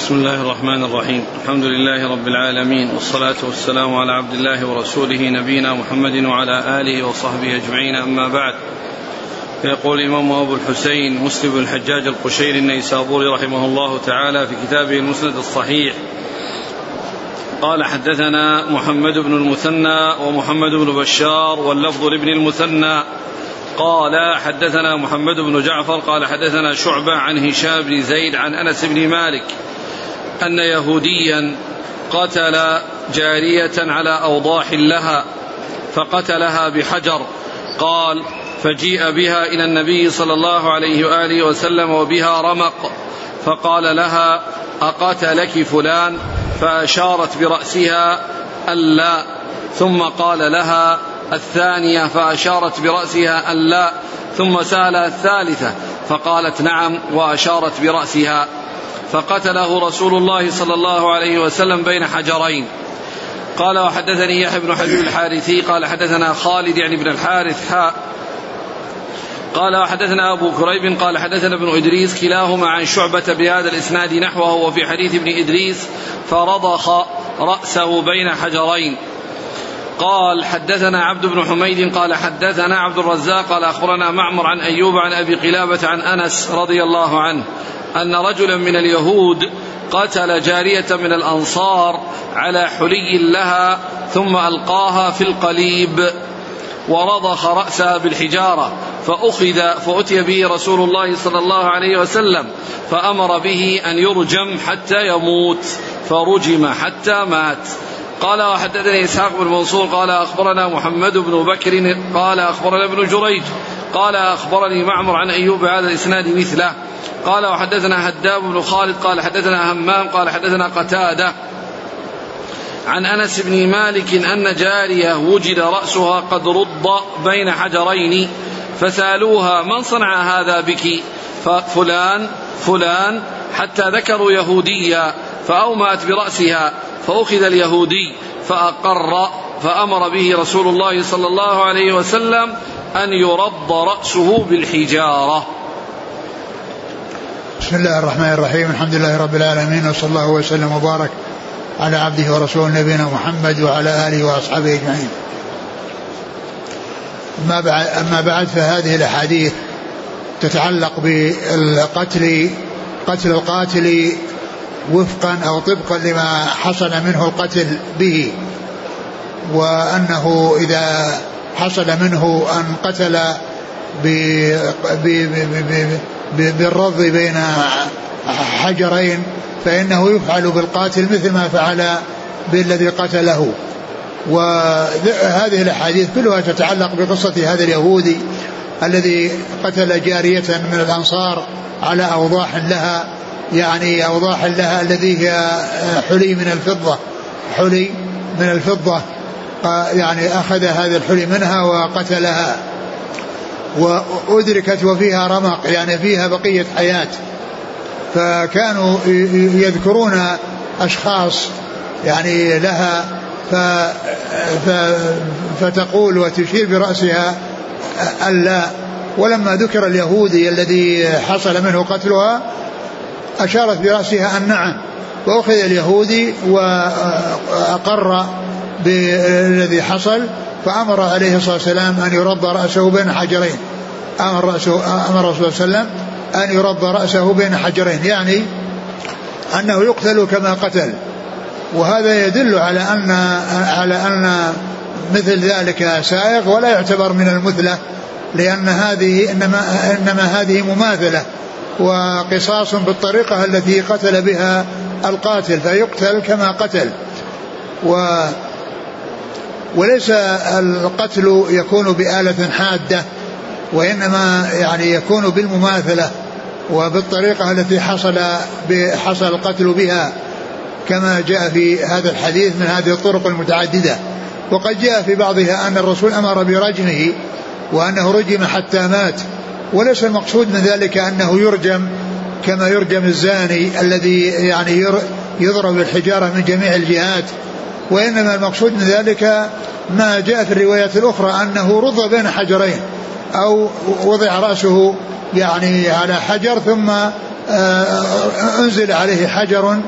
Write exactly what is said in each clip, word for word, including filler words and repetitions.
بسم الله الرحمن الرحيم. الحمد لله رب العالمين، والصلاة والسلام على عبد الله ورسوله نبينا محمد وعلى آله وصحبه أجمعين، أما بعد. فيقول الإمام أبو الحسين مسلم بن الحجاج القشيري النيسابوري رحمه الله تعالى في كتابه المسند الصحيح قال: حدثنا محمد بن المثنى ومحمد بن بشار واللفظ لابن المثنى قال: حدثنا محمد بن جعفر قال: حدثنا شعبة عن هشام بن زيد عن أنس بن مالك أن يهوديا قتل جارية على أوضاح لها فقتلها بحجر. قال: فجيء بها إلى النبي صلى الله عليه وآله وسلم وبها رمق، فقال لها: أقتلك فلان؟ فأشارت برأسها ألا، ثم قال لها الثانية فأشارت برأسها ألا، ثم سألها الثالثة فقالت نعم وأشارت برأسها، فقتله رسول الله صلى الله عليه وسلم بين حجرين. قال: وحدثني يحيى بن حبيب الحارثي قال: حدثنا خالد يعني بن الحارث حاء قال: وحدثنا أبو كريب قال: حدثنا ابن إدريس كلاهما عن شعبة بهذا الإسناد نحوه وفي حديث ابن إدريس فرضخ رأسه بين حجرين. قال: حدثنا عبد بن حميد قال: حدثنا عبد الرزاق قال: أخبرنا معمر عن أيوب عن أبي قلابة عن أنس رضي الله عنه أن رجلا من اليهود قتل جارية من الأنصار على حلي لها ثم ألقاها في القليب ورضخ رأسها بالحجارة، فأخذ فأتي به رسول الله صلى الله عليه وسلم فأمر به أن يرجم حتى يموت، فرجم حتى مات. قال: وحدثني إسحاق بن منصور قال: أخبرنا محمد بن بكر قال: أخبرنا ابن جريج قال: أخبرني معمر عن أيوب هذا الإسناد مثله. قال: وحدثنا هداب بن خالد قال: حدثنا همام قال: حدثنا قتادة عن أنس بن مالك أن جارية وجد رأسها قد رض بين حجرين، فسألوها: من صنع هذا بك؟ ففلان فلان، حتى ذكروا يهوديا، فأومأت برأسها، فأخذ اليهودي فأقر، فأمر به رسول الله صلى الله عليه وسلم أن يرض رأسه بالحجارة. بسم الله الرحمن الرحيم. الحمد لله رب العالمين، وصلى الله وسلم وبارك على عبده ورسوله نبينا محمد وعلى آله وأصحابه أجمعين. أما بعد، فهذه الأحاديث تتعلق بالقتل، قتل القاتل وفقا أو طبقا لما حصل منه القتل به، وأنه إذا حصل منه أن قتل بالرض بين حجرين فإنه يفعل بالقاتل مثل ما فعل بالذي قتله. وهذه الأحاديث كلها تتعلق بقصة هذا اليهودي الذي قتل جارية من الأنصار على أوضاح لها، يعني أوضاح لها الذي هي حلي من الفضة، حلي من الفضة، يعني أخذ هذا الحلي منها وقتلها، وأدركت وفيها رمق، يعني فيها بقية حياة. فكانوا يذكرون أشخاص يعني لها فتقول وتشير برأسها ألا، ولما ذكر اليهودي الذي حصل منه قتلها أشارت برأسها أن نعم، وأخذ اليهودي وأقر بالذي حصل، فأمر عليه الصلاة والسلام أن يرض رأسه بين حجرين. أمر رأسه أمر رسول الله صلى الله عليه وسلم أن يرض رأسه بين حجرين، يعني أنه يقتل كما قتل. وهذا يدل على أن على أن مثل ذلك سائغ ولا يعتبر من المثلة، لأن هذه إنما إنما هذه مماثلة وقصاص بالطريقة التي قتل بها القاتل، فيقتل كما قتل. و وليس القتل يكون بآلة حادة، وإنما يعني يكون بالمماثلة وبالطريقة التي حصل حصل القتل بها، كما جاء في هذا الحديث من هذه الطرق المتعددة. وقد جاء في بعضها أن الرسول أمر برجمه وأنه رجم حتى مات، وليس المقصود من ذلك أنه يرجم كما يرجم الزاني الذي يعني يضرب بالحجارة من جميع الجهات، وإنما المقصود من ذلك ما جاء في الروايات الأخرى أنه رض بين حجرين أو وضع رأسه يعني على حجر ثم أنزل عليه حجر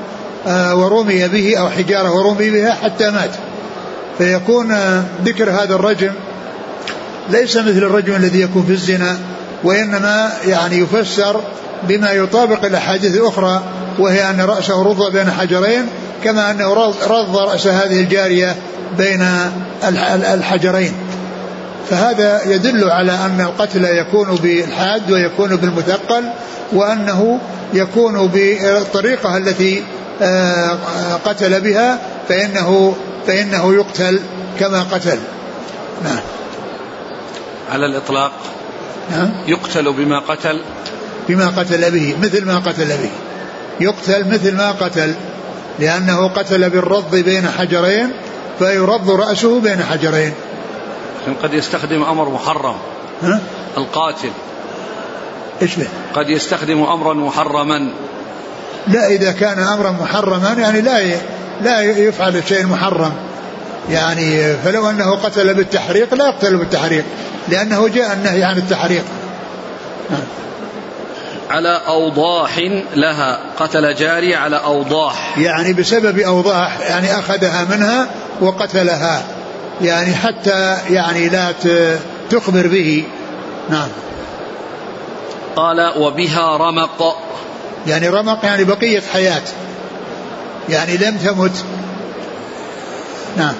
ورمي به أو حجارة ورمي بها حتى مات. فيكون ذكر هذا الرجم ليس مثل الرجم الذي يكون في الزنا، وإنما يعني يفسر بما يطابق الأحاديث الأخرى، وهي أن رأسه رض بين حجرين، كما أنه رض رأس هذه الجارية بين الحجرين. فهذا يدل على أن القتل يكون بالحاد ويكون بالمثقل، وأنه يكون بالطريقة التي قتل بها فإنه, فإنه يقتل كما قتل. نعم. على الإطلاق. نعم. يقتل بما قتل بما قتل به، مثل ما قتل به، يقتل مثل ما قتل، لأنه قتل بالرض بين حجرين فيرض رأسه بين حجرين. قد يستخدم أمر محرم. ها؟ القاتل إيش به؟ قد يستخدم أمرا محرما. لا، إذا كان أمرا محرما يعني لا لا يفعل شيء محرم، يعني فلو أنه قتل بالتحريق لا يقتل بالتحريق، لأنه جاء النهي عن التحريق. ها. على أوضاح لها، قتل جارية على أوضاح، يعني بسبب أوضاح، يعني أخذها منها وقتلها، يعني حتى يعني لا تخبر به. نعم. قال وبها رمق، يعني رمق يعني بقية حياة، يعني لم تمت. نعم.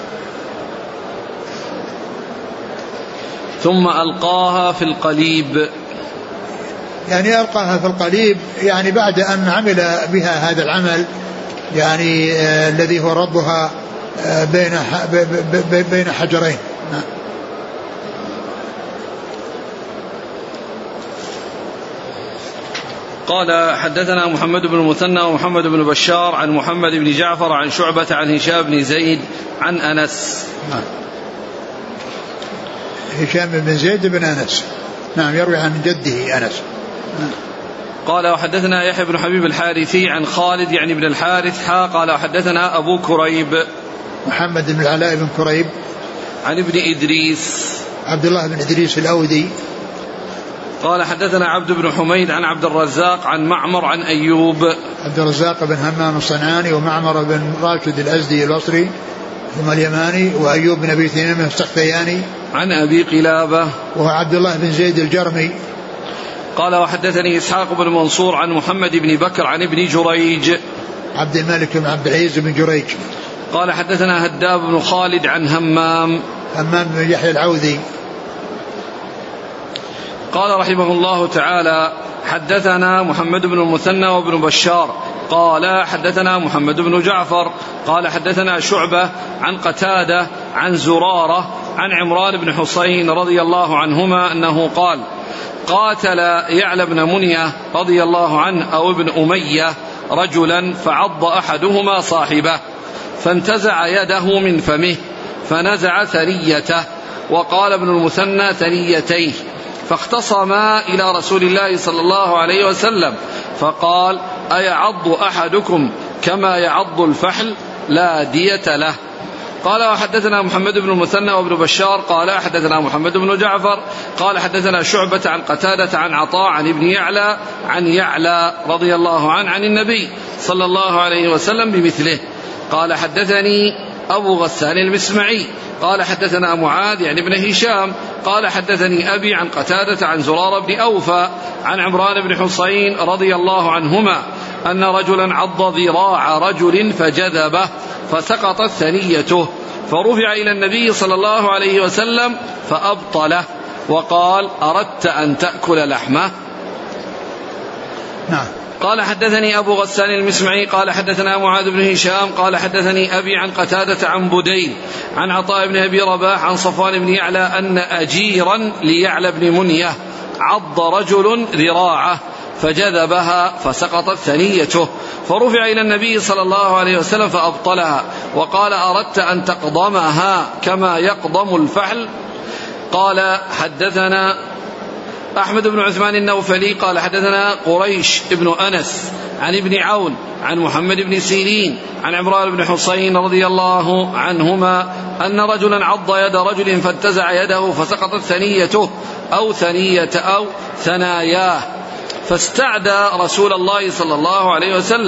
ثم ألقاها في القليب، يعني ألقاها في القليب، يعني بعد أن عمل بها هذا العمل، يعني آه الذي هو ربها آه بين بين حجرين. نعم. قال حدثنا محمد بن المثنى ومحمد بن بشار عن محمد بن جعفر عن شعبة عن هشام بن زيد عن أنس. نعم. هشام بن زيد بن أنس، نعم، يروي عن جده أنس. نعم. قال وحدثنا يحيى بن حبيب الحارثي عن خالد يعني بن الحارث حا قال وحدثنا أبو كريب محمد بن العلاء بن كريب عن ابن إدريس عبد الله بن إدريس الأودي قال حدثنا عبد بن حميد عن عبد الرزاق عن معمر عن أيوب. عبد الرزاق بن همام الصنعاني ومعمر بن راشد الأزدي البصري ثم اليماني، وأيوب بن أبي تميم السختياني عن أبي قلابة وهو عبد الله بن زيد الجرمي. قال وحدثني إسحاق بن منصور عن محمد بن بكر عن ابن جريج عبد الملك بن عبد العزيز بن جريج. قال حدثنا هداب بن خالد عن همام همام بن يحيى العوذي. قال رحمه الله تعالى حدثنا محمد بن المثنى وابن بشار قال حدثنا محمد بن جعفر قال حدثنا شعبة عن قتادة عن زرارة عن عمران بن حسين رضي الله عنهما أنه قال قاتل يعلى بن منية رضي الله عنه أو ابن أمية رجلا فعض أحدهما صاحبه فانتزع يده من فمه فنزع ثنيته، وقال ابن المثنى ثنيتيه، فاختصما إلى رسول الله صلى الله عليه وسلم فقال أيعض أحدكم كما يعض الفحل لا دية له. قال وحدثنا محمد بن المثنى وابن بشار قال حدثنا محمد بن جعفر قال حدثنا شعبة عن قتادة عن عطاء عن ابن يعلى عن يعلى رضي الله عنه عن النبي صلى الله عليه وسلم بمثله. قال حدثني أبو غسان المسمعي قال حدثنا معاذ يعني ابن هشام قال حدثني أبي عن قتادة عن زرار بن أوفى عن عمران بن حسين رضي الله عنهما أن رجلا عض ذراع رجل فجذبه فسقطت ثنيته فرفع إلى النبي صلى الله عليه وسلم فأبطله وقال أردت أن تأكل لحمه. نعم. قال حدثني أبو غسان المسمعي قال حدثنا معاذ بن هشام قال حدثني أبي عن قتادة عن بدين عن عطاء بن أبي رباح عن صفوان بن يعلى أن أجيرا ليعلى بن منية عض رجل ذراعه فجذبها فسقطت ثنيته فرفع إلى النبي صلى الله عليه وسلم فأبطلها وقال أردت أن تقضمها كما يقضم الفحل. قال حدثنا أحمد بن عثمان النوفلي قال حدثنا قريش ابن أنس عن ابن عون عن محمد بن سيرين عن عمران بن حسين رضي الله عنهما أن رجلا عض يد رجل فانتزع يده فسقطت ثنيته أو ثنية أو ثناياه فاستعدى رسول الله صلى الله عليه وسلم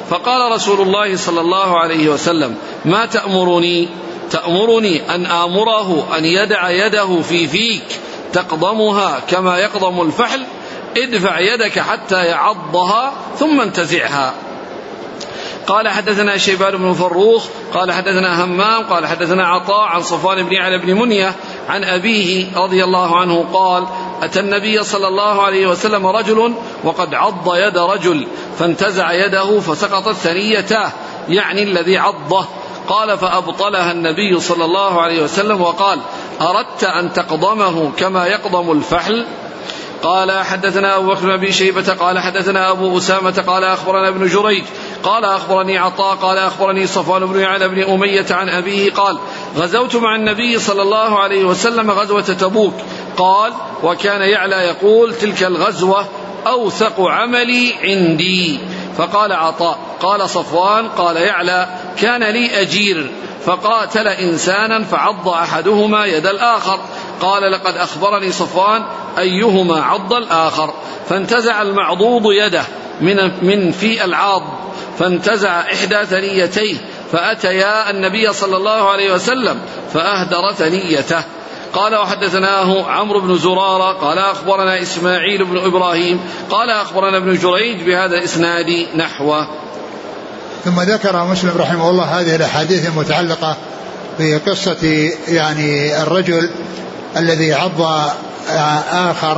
فقال رسول الله صلى الله عليه وسلم: ما تأمرني؟ تأمرني أن آمره أن يدع يده في فيك تقضمها كما يقضم الفحل؟ ادفع يدك حتى يعضها ثم انتزعها. قال حدثنا شيبان بن فروخ قال حدثنا همام قال حدثنا عطاء عن صفوان بن علي بن منية عن أبيه رضي الله عنه قال: أتى النبي صلى الله عليه وسلم رجل وقد عض يد رجل فانتزع يده فسقطت ثنيته، يعني الذي عضه. قال: فأبطلها النبي صلى الله عليه وسلم وقال: أردت أن تقضمه كما يقضم الفحل؟ قال حدثنا أبو بكر بن أبي شيبة قال حدثنا أبو أسامة قال أخبرنا ابن جريج قال أخبرني عطاء قال أخبرني صفوان بن علي بن أمية عن أبيه قال: غزوت مع النبي صلى الله عليه وسلم غزوة تبوك. قال: وكان يعلى يقول: تلك الغزوة أوثق عملي عندي. فقال عطاء: قال صفوان قال يعلى: كان لي أجير فقاتل إنسانا فعض أحدهما يد الآخر. قال: لقد أخبرني صفوان أيهما عض الآخر، فانتزع المعضوض يده من, من في العاض، فانتزع إحدى ثنيتيه، فأتيا النبي صلى الله عليه وسلم فأهدر ثنيته. قال: وحدثناه عمرو بن زرارة قال أخبرنا إسماعيل بن إبراهيم قال أخبرنا ابن جريج بهذا الإسناد نحوه. ثم ذكر مسلم رحمه الله هذه الأحاديث المتعلقة بقصة يعني الرجل الذي عض آخر،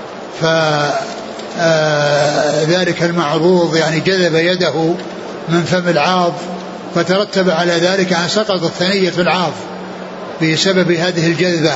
فذلك المعضوض يعني جذب يده من فم العاض، فترتب على ذلك أن سقطت ثنية العاض بسبب هذه الجذبة،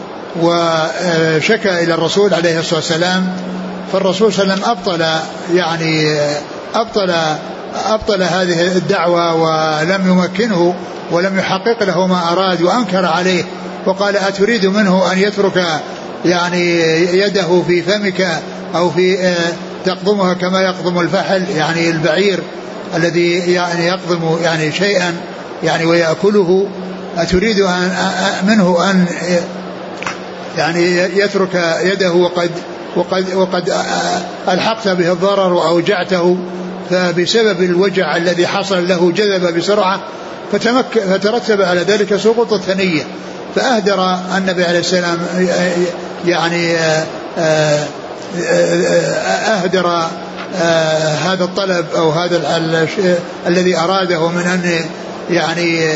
وشكى إلى الرسول عليه الصلاة والسلام، فالرسول صلى الله عليه وسلم أبطل يعني أبطل أبطل هذه الدعوة ولم يمكنه ولم يحقق له ما أراد، وأنكر عليه وقال: أتريد منه أن يترك يعني يده في فمك أو في تقضمها كما يقضم الفحل، يعني البعير الذي يعني يقضم يعني شيئا يعني ويأكله، أتريد أن منه أن يعني يترك يده وقد وقد وقد ألحقت به الضرر وأوجعته، فبسبب الوجع الذي حصل له جذب بسرعة فترتب على ذلك سقوط الثنية، فأهدر النبي عليه السلام يعني أهدر هذا الطلب أو هذا الذي أراده من أن يعني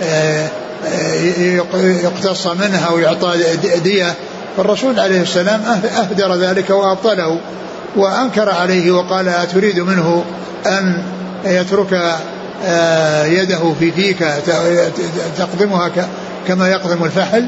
يقتص منها أو يعطى دية، فالرسول عليه السلام أهدر ذلك وأبطله وأنكر عليه وقال: أتريد منه أن يترك يده في فيك تقضمها كما يقضم الفحل؟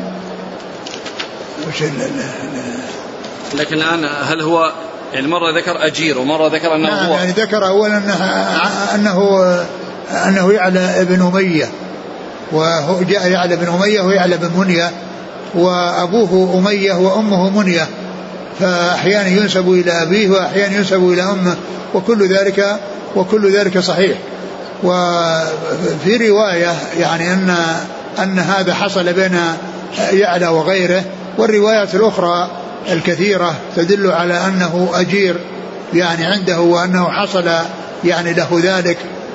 لكن الآن هل هو يعني مرة ذكر أجير ومرة ذكر أنه نعم هو يعني ذكر أولا أنه أنه يعلى بن أمية، وجاء يعلى بن أمية ويعلى بن منية، وأبوه أمية وأمه منية، فأحيانا ينسب إلى أبيه وأحيانا ينسب إلى أمه، وكل ذلك وكل ذلك صحيح. وفي رواية يعني أن أن هذا حصل بين يعلى وغيره، والروايات الأخرى الكثيرة تدل على أنه أجير يعني عنده وأنه حصل يعني له ذلك،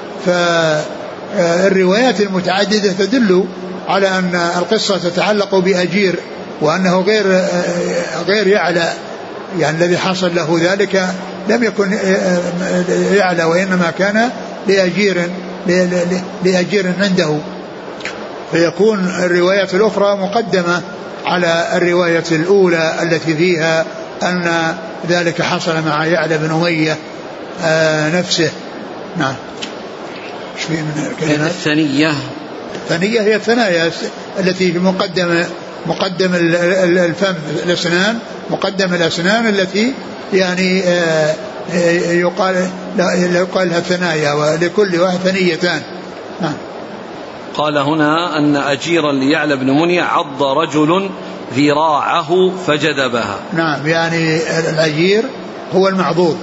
فالروايات المتعددة تدل على أن القصة تتعلق بأجير، وأنه غير غير يعلى يعني الذي حصل له ذلك لم يكن يعلى، وإنما كان لأجير لأجير عنده، فيكون الروايات الأخرى مقدمة على الرواية الأولى التي فيها أن ذلك حصل مع يعلى بن أمية نفسه. نعم. ايش في من الكلمات؟ الثنية الثنية هي الثنايا التي في مقدم مقدم الفم الأسنان، مقدم الأسنان التي يعني يقال يقال لها ثنايا، ولكل واحد ثنيتان. نعم. قال هنا أن أجيرا ليعلى بن منية عض رجل ذراعه فجذبها. نعم يعني الأجير هو المعضوض،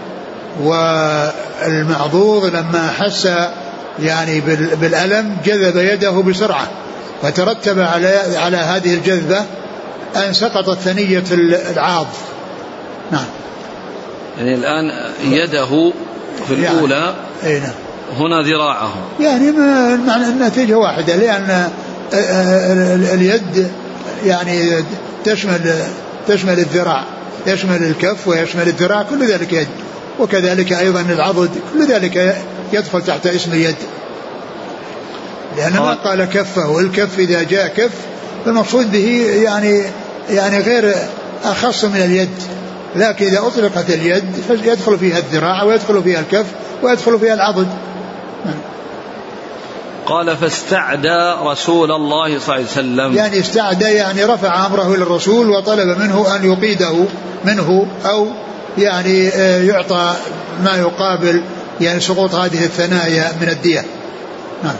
والمعضوض لما حس يعني بالألم جذب يده بسرعة، فترتب على على هذه الجذبة أن سقطت ثنية العاض. نعم. يعني الآن يده في الأولى يعني هنا ذراعه، يعني معنى النتيجة واحدة، لأن اليد يعني تشمل تشمل الذراع، يشمل الكف ويشمل الذراع، كل ذلك يد، وكذلك أيضا العضد كل ذلك يدخل تحت اسم اليد، لأن ما قال كفه، والكف إذا جاء كف فالمقصود به يعني يعني غير أخص من اليد، لكن إذا أطلقت اليد يدخل فيها الذراع ويدخل فيها الكف ويدخل فيها العضد. قال فاستعدى رسول الله صلى الله عليه وسلم، يعني استعدى يعني رفع أمره إلى الرسول وطلب منه أن يقيده منه، أو يعني يعطى ما يقابل يعني سقوط هذه الثنايا من الدية. نعم.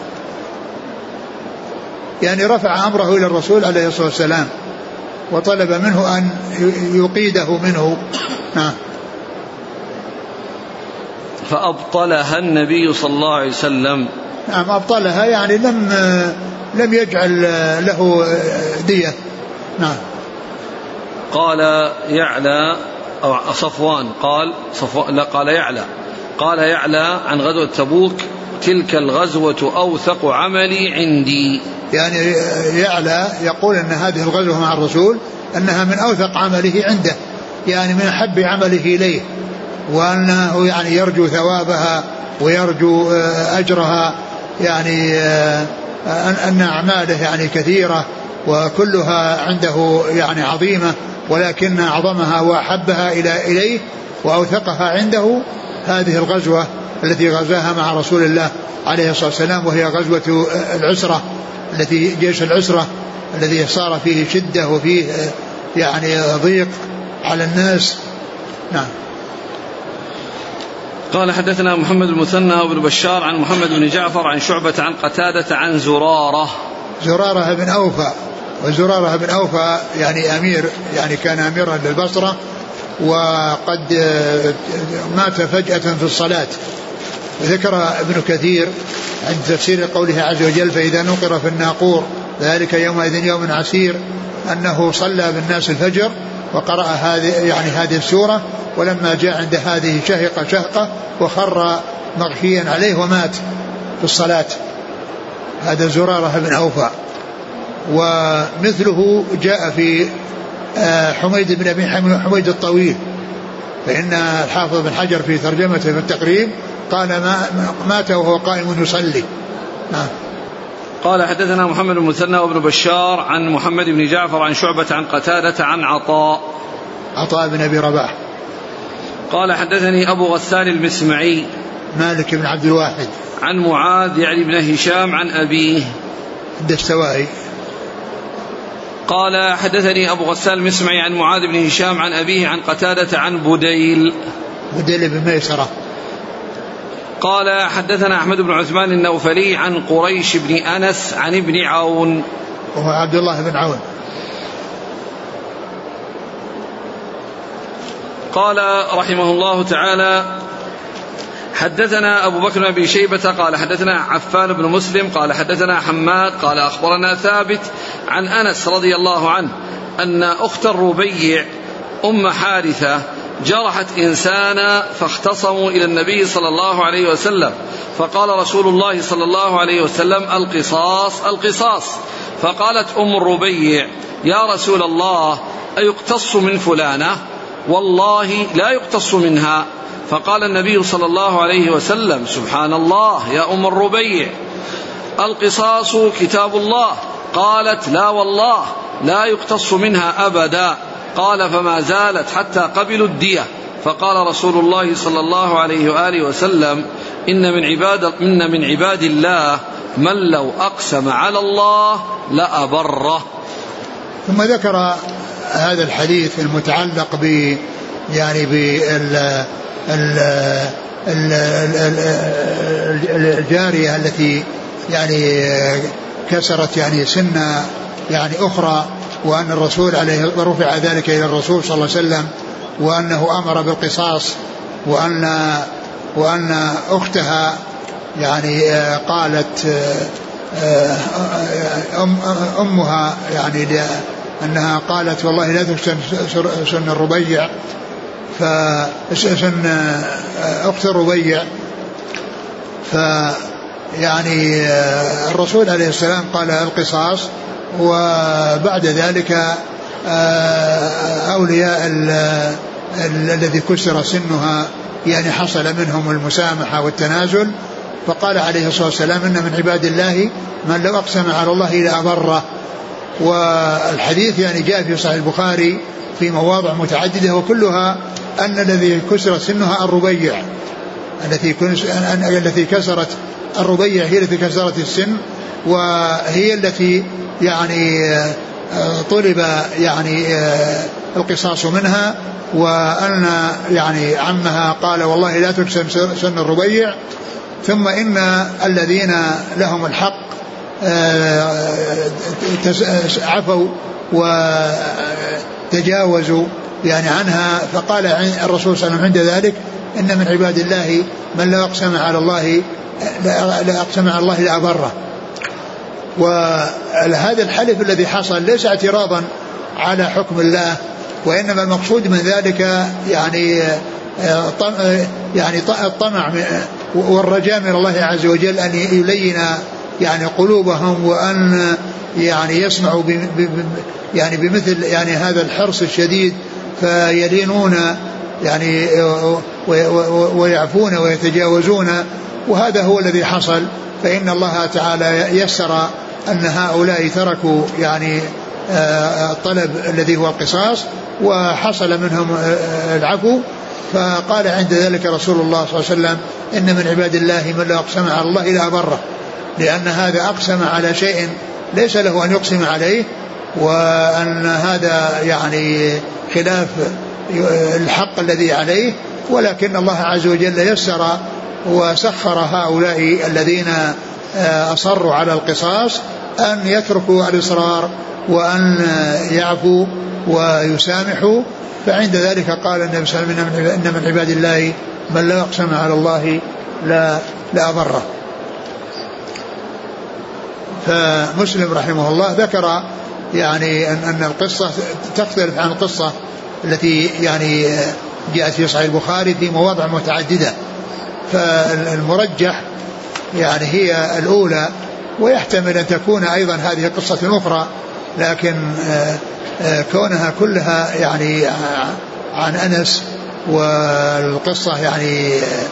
يعني رفع أمره إلى الرسول عليه الصلاة والسلام وطلب منه أن يقيده منه. نعم. فأبطلها النبي صلى الله عليه وسلم. نعم أبطلها يعني لم لم يجعل له دية. نعم. قال يعلى أو صفوان قال صفوان لا قال يعلى قال يعلى عن غزوة تبوك تلك الغزوة أوثق عملي عندي. يعني يعلى يقول أن هذه الغزوة مع الرسول أنها من أوثق عمله عنده، يعني من أحب عمله إليه، وأنه يعني يرجو ثوابها ويرجو أجرها، يعني أن أعماله يعني كثيرة وكلها عنده يعني عظيمة، ولكن أعظمها وأحبها إليه وأوثقها عنده هذه الغزوة التي غزاها مع رسول الله عليه الصلاة والسلام، وهي غزوة العسرة، التي جيش العسرة الذي صار فيه شدة وفيه يعني ضيق على الناس. نعم. قال حدثنا محمد المثنى وابن بشار عن محمد بن جعفر عن شعبة عن قتادة عن زرارة زرارة بن أوفى، وزرارة بن أوفى يعني أمير، يعني كان أميرا للبصرة، وقد مات فجأة في الصلاة. ذكر ابن كثير عند تفسير قوله عز وجل فإذا نقر في الناقور ذلك يومئذ يوم عسير، أنه صلى بالناس الفجر وقرأ هذه يعني هذه السورة، ولما جاء عند هذه شهق شهقة وخر مغشيا عليه ومات في الصلاة. هذا زرارة بن أوفى. ومثله جاء في حميد بن أبي حميد الطويل، فإن الحافظ بن حجر في ترجمته في التقريب قال ما مات وهو قائم يصلي. نعم. قال حدثنا محمد المثنى وابن بشار عن محمد بن جعفر عن شعبة عن قتادة عن عطاء عطاء بن أبي رباح قال حدثني أبو غسان المسمعي مالك بن عبد الواحد عن معاذ يعني بن هشام عن أبيه الدستوائي. قال حدثني أبو غسان المسمعي عن معاذ بن هشام عن أبيه عن قتادة عن بديل بديل بن ميسرة. قال حدثنا أحمد بن عثمان النوفلي عن قريش بن أنس عن ابن عون وهو عبد الله بن عون. قال رحمه الله تعالى حدثنا أبو بكر بن أبي شيبة قال حدثنا عفان بن مسلم قال حدثنا حماد قال أخبرنا ثابت عن أنس رضي الله عنه أن أخت الربيع أم حارثة جرحت إنسانا فاختصموا إلى النبي صلى الله عليه وسلم، فقال رسول الله صلى الله عليه وسلم القصاص القصاص. فقالت أم الربيع يا رسول الله أيقتص من فلانة؟ والله لا يقتص منها. فقال النبي صلى الله عليه وسلم سبحان الله يا أم الربيع القصاص كتاب الله. قالت لا والله لا يقتص منها أبدا. قال فما زالت حتى قبلوا الدية. فقال رسول الله صلى الله عليه وآله وسلم إن من عباد, إن من عباد الله من لو أقسم على الله لأبره. ثم ذكر هذا الحديث المتعلق ب يعني بال الجارية التي يعني كسرت يعني سن يعني أخرى، وأن الرسول عليه رفع ذلك إلى الرسول صلى الله عليه وسلم، وأنه أمر بالقصاص، وأن وأن أختها يعني قالت أم أمها يعني أنها قالت والله لا تحسن سن الربيع، فسن أخت الربيع ف يعني الرسول عليه السلام قال القصاص، وبعد ذلك أولياء الذي كسر سنها يعني حصل منهم المسامحة والتنازل، فقال عليه الصلاة والسلام إن من عباد الله من لو أقسم على الله لأبره. والحديث يعني جاء في صحيح البخاري في مواضع متعددة، وكلها أن الذي كسر سنها الربيع، التي التي كسرت الربيع هي التي كسرت السن، وهي التي يعني طلب يعني القصاص منها، وأن يعني عمها قال والله لا تكسر سن الربيع. ثم إن الذين لهم الحق عفوا وتجاوزوا يعني عنها، فقال الرسول صلى الله عليه وسلم عند ذلك إن من عباد الله من لا أقسم على الله لا أقسم على الله لأبره. وهذا الحلف الذي حصل ليس اعتراضا على حكم الله، وإنما المقصود من ذلك يعني يعني الطمع والرجاء من الله عز وجل أن يلين يعني قلوبهم، وأن يعني يسمعوا يعني بمثل يعني هذا الحرص الشديد فيلينون يعني ويعفون ويتجاوزون. وهذا هو الذي حصل، فإن الله تعالى يسر أن هؤلاء تركوا يعني الطلب الذي هو القصاص، وحصل منهم العفو. فقال عند ذلك رسول الله صلى الله عليه وسلم إن من عباد الله من لا أقسم على الله إلا أبره، لأن هذا أقسم على شيء ليس له أن يقسم عليه، وأن هذا يعني خلاف الحق الذي عليه، ولكن الله عز وجل يسر وسخر هؤلاء الذين أصروا على القصاص أن يتركوا الإصرار وأن يعفوا ويسامحوا. فعند ذلك قال النبي صلى الله عليه وسلم إن من عباد الله من لا يقسم على الله لا لا أبره. فمسلم رحمه الله ذكر يعني أن القصة تختلف عن القصة التي يعني جاءت في صحيح البخاري في مواضع متعددة، فالمرجح يعني هي الأولى، ويحتمل أن تكون أيضا هذه قصة أخرى، لكن كونها كلها يعني عن أنس، والقصة يعني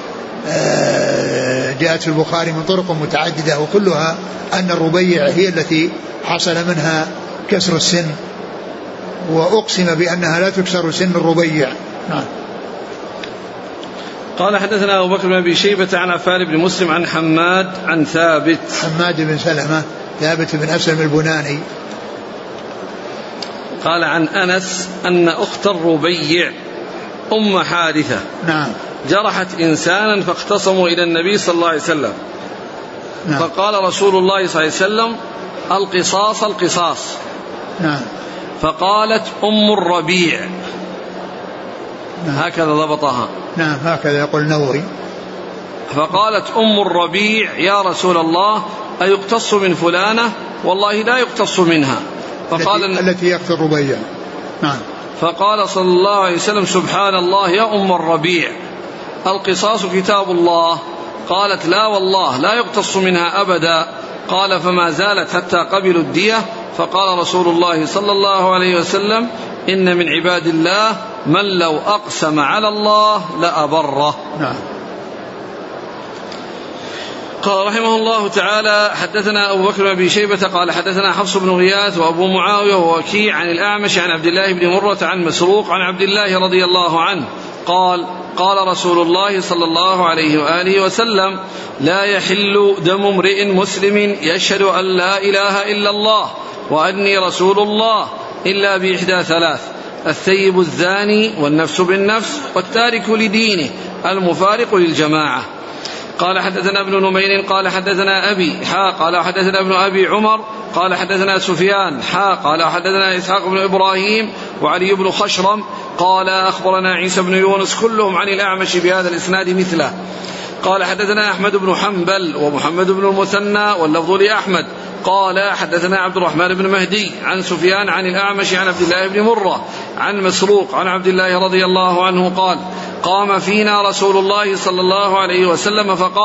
جاءت في البخاري من طرق متعددة، وكلها أن الربيع هي التي حصل منها كسر السن، وأقسم بأنها لا تكسر سن الربيع. نعم. قال حدثنا أبو بكر بن أبي شيبة عن عفان بن مسلم عن حماد عن ثابت حماد بن سلمة ثابت بن أسلم البناني قال عن أنس أن أخت الربيع أم حارثة نعم جرحت إنسانا فاختصموا إلى النبي صلى الله عليه وسلم. نعم. فقال رسول الله صلى الله عليه وسلم القصاص القصاص. نعم. فقالت أم الربيع. نعم. هكذا ضبطها. نعم هكذا يقول النووي. فقالت أم الربيع يا رسول الله أيقتص من فلانة؟ والله لا يقتص منها. فقال التي, التي يقتل الربيع. نعم. فقال صلى الله عليه وسلم سبحان الله يا أم الربيع القصاص كتاب الله. قالت لا والله لا يقتص منها أبدا. قال فما زالت حتى قبلوا الدية. فقال رسول الله صلى الله عليه وسلم إن من عباد الله من لو أقسم على الله لأبره. نعم. قال رحمه الله تعالى حدثنا أبو بكر بن أبي شيبة قال حدثنا حفص بن غياث وأبو معاوية ووكيع عن الأعمش عن عبد الله بن مرة عن مسروق عن عبد الله رضي الله عنه قال قال رسول الله صلى الله عليه وآله وسلم لا يحل دم امرئ مسلم يشهد أن لا إله إلا الله وأني رسول الله إلا بإحدى ثلاث الثيب الزاني والنفس بالنفس والتارك لدينه المفارق للجماعة. قال حدثنا ابن نمير قال حدثنا أبي حا قال حدثنا ابن أبي عمر قال حدثنا سفيان حا قال حدثنا إسحاق بن إبراهيم وعلي بن خشرم قال أخبرنا عيسى بن يونس كلهم عن الأعمش بهذا الإسناد مثله. قال حدثنا أحمد بن حنبل ومحمد بن المثنى واللفظ لأحمد قال حدثنا عبد الرحمن بن مهدي عن سفيان عن الأعمش عن عبد الله بن مرة عن مسروق عن عبد الله رضي الله عنه قال قام فينا رسول الله صلى الله عليه وسلم فقال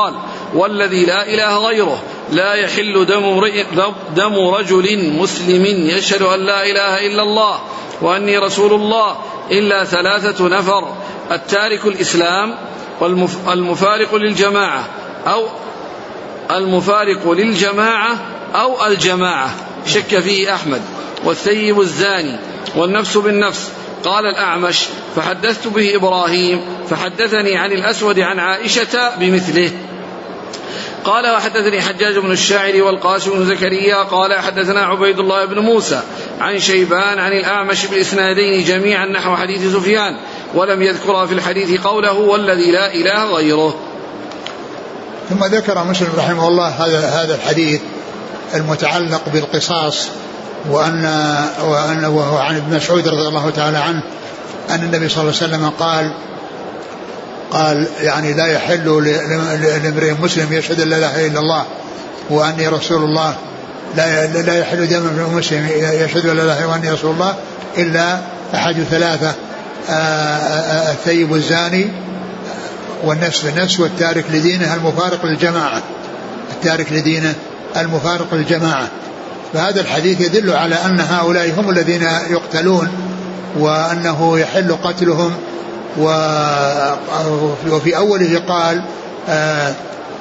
والذي لا إله غيره لا يحل دم, دم رجل مسلم يشهد أن لا إله إلا الله وأني رسول الله إلا ثلاثة نفر: التارك الإسلام، والمفارق للجماعة أو المفارق للجماعة أو الجماعة شك فيه أحمد، والثيب الزاني، والنفس بالنفس. قال الأعمش: فحدثت به إبراهيم فحدثني عن الأسود عن عائشة بمثله. قال: وحدثني حجاج بن الشاعر والقاسم بن زكريا قال: حدثنا عبيد الله بن موسى عن شيبان عن الأعمش بالإسنادين جميعا نحو حديث سفيان، ولم يذكر في الحديث قوله والذي لا إله غيره. ثم ذكر مسلم رحمه الله هذا هذا الحديث المتعلق بالقصاص، وأن وأن وهو عن ابن مسعود رضي الله تعالى عنه أن النبي صلى الله عليه وسلم قال قال يعني لا يحل لامرئ مسلم يشهد أن لا إله إلا الله وأني رسول الله لا لا يحل دم امرئ مسلم يشهد أن لا إله إلا الله وأني رسول الله إلا أحد ثلاثة: الثيب الزاني، والنفس بالنفس، والتارك لدينه المفارق للجماعة التارك لدينه المفارق للجماعة. فهذا الحديث يدل على أن هؤلاء هم الذين يقتلون، وأنه يحل قتلهم. وفي أوله قال آه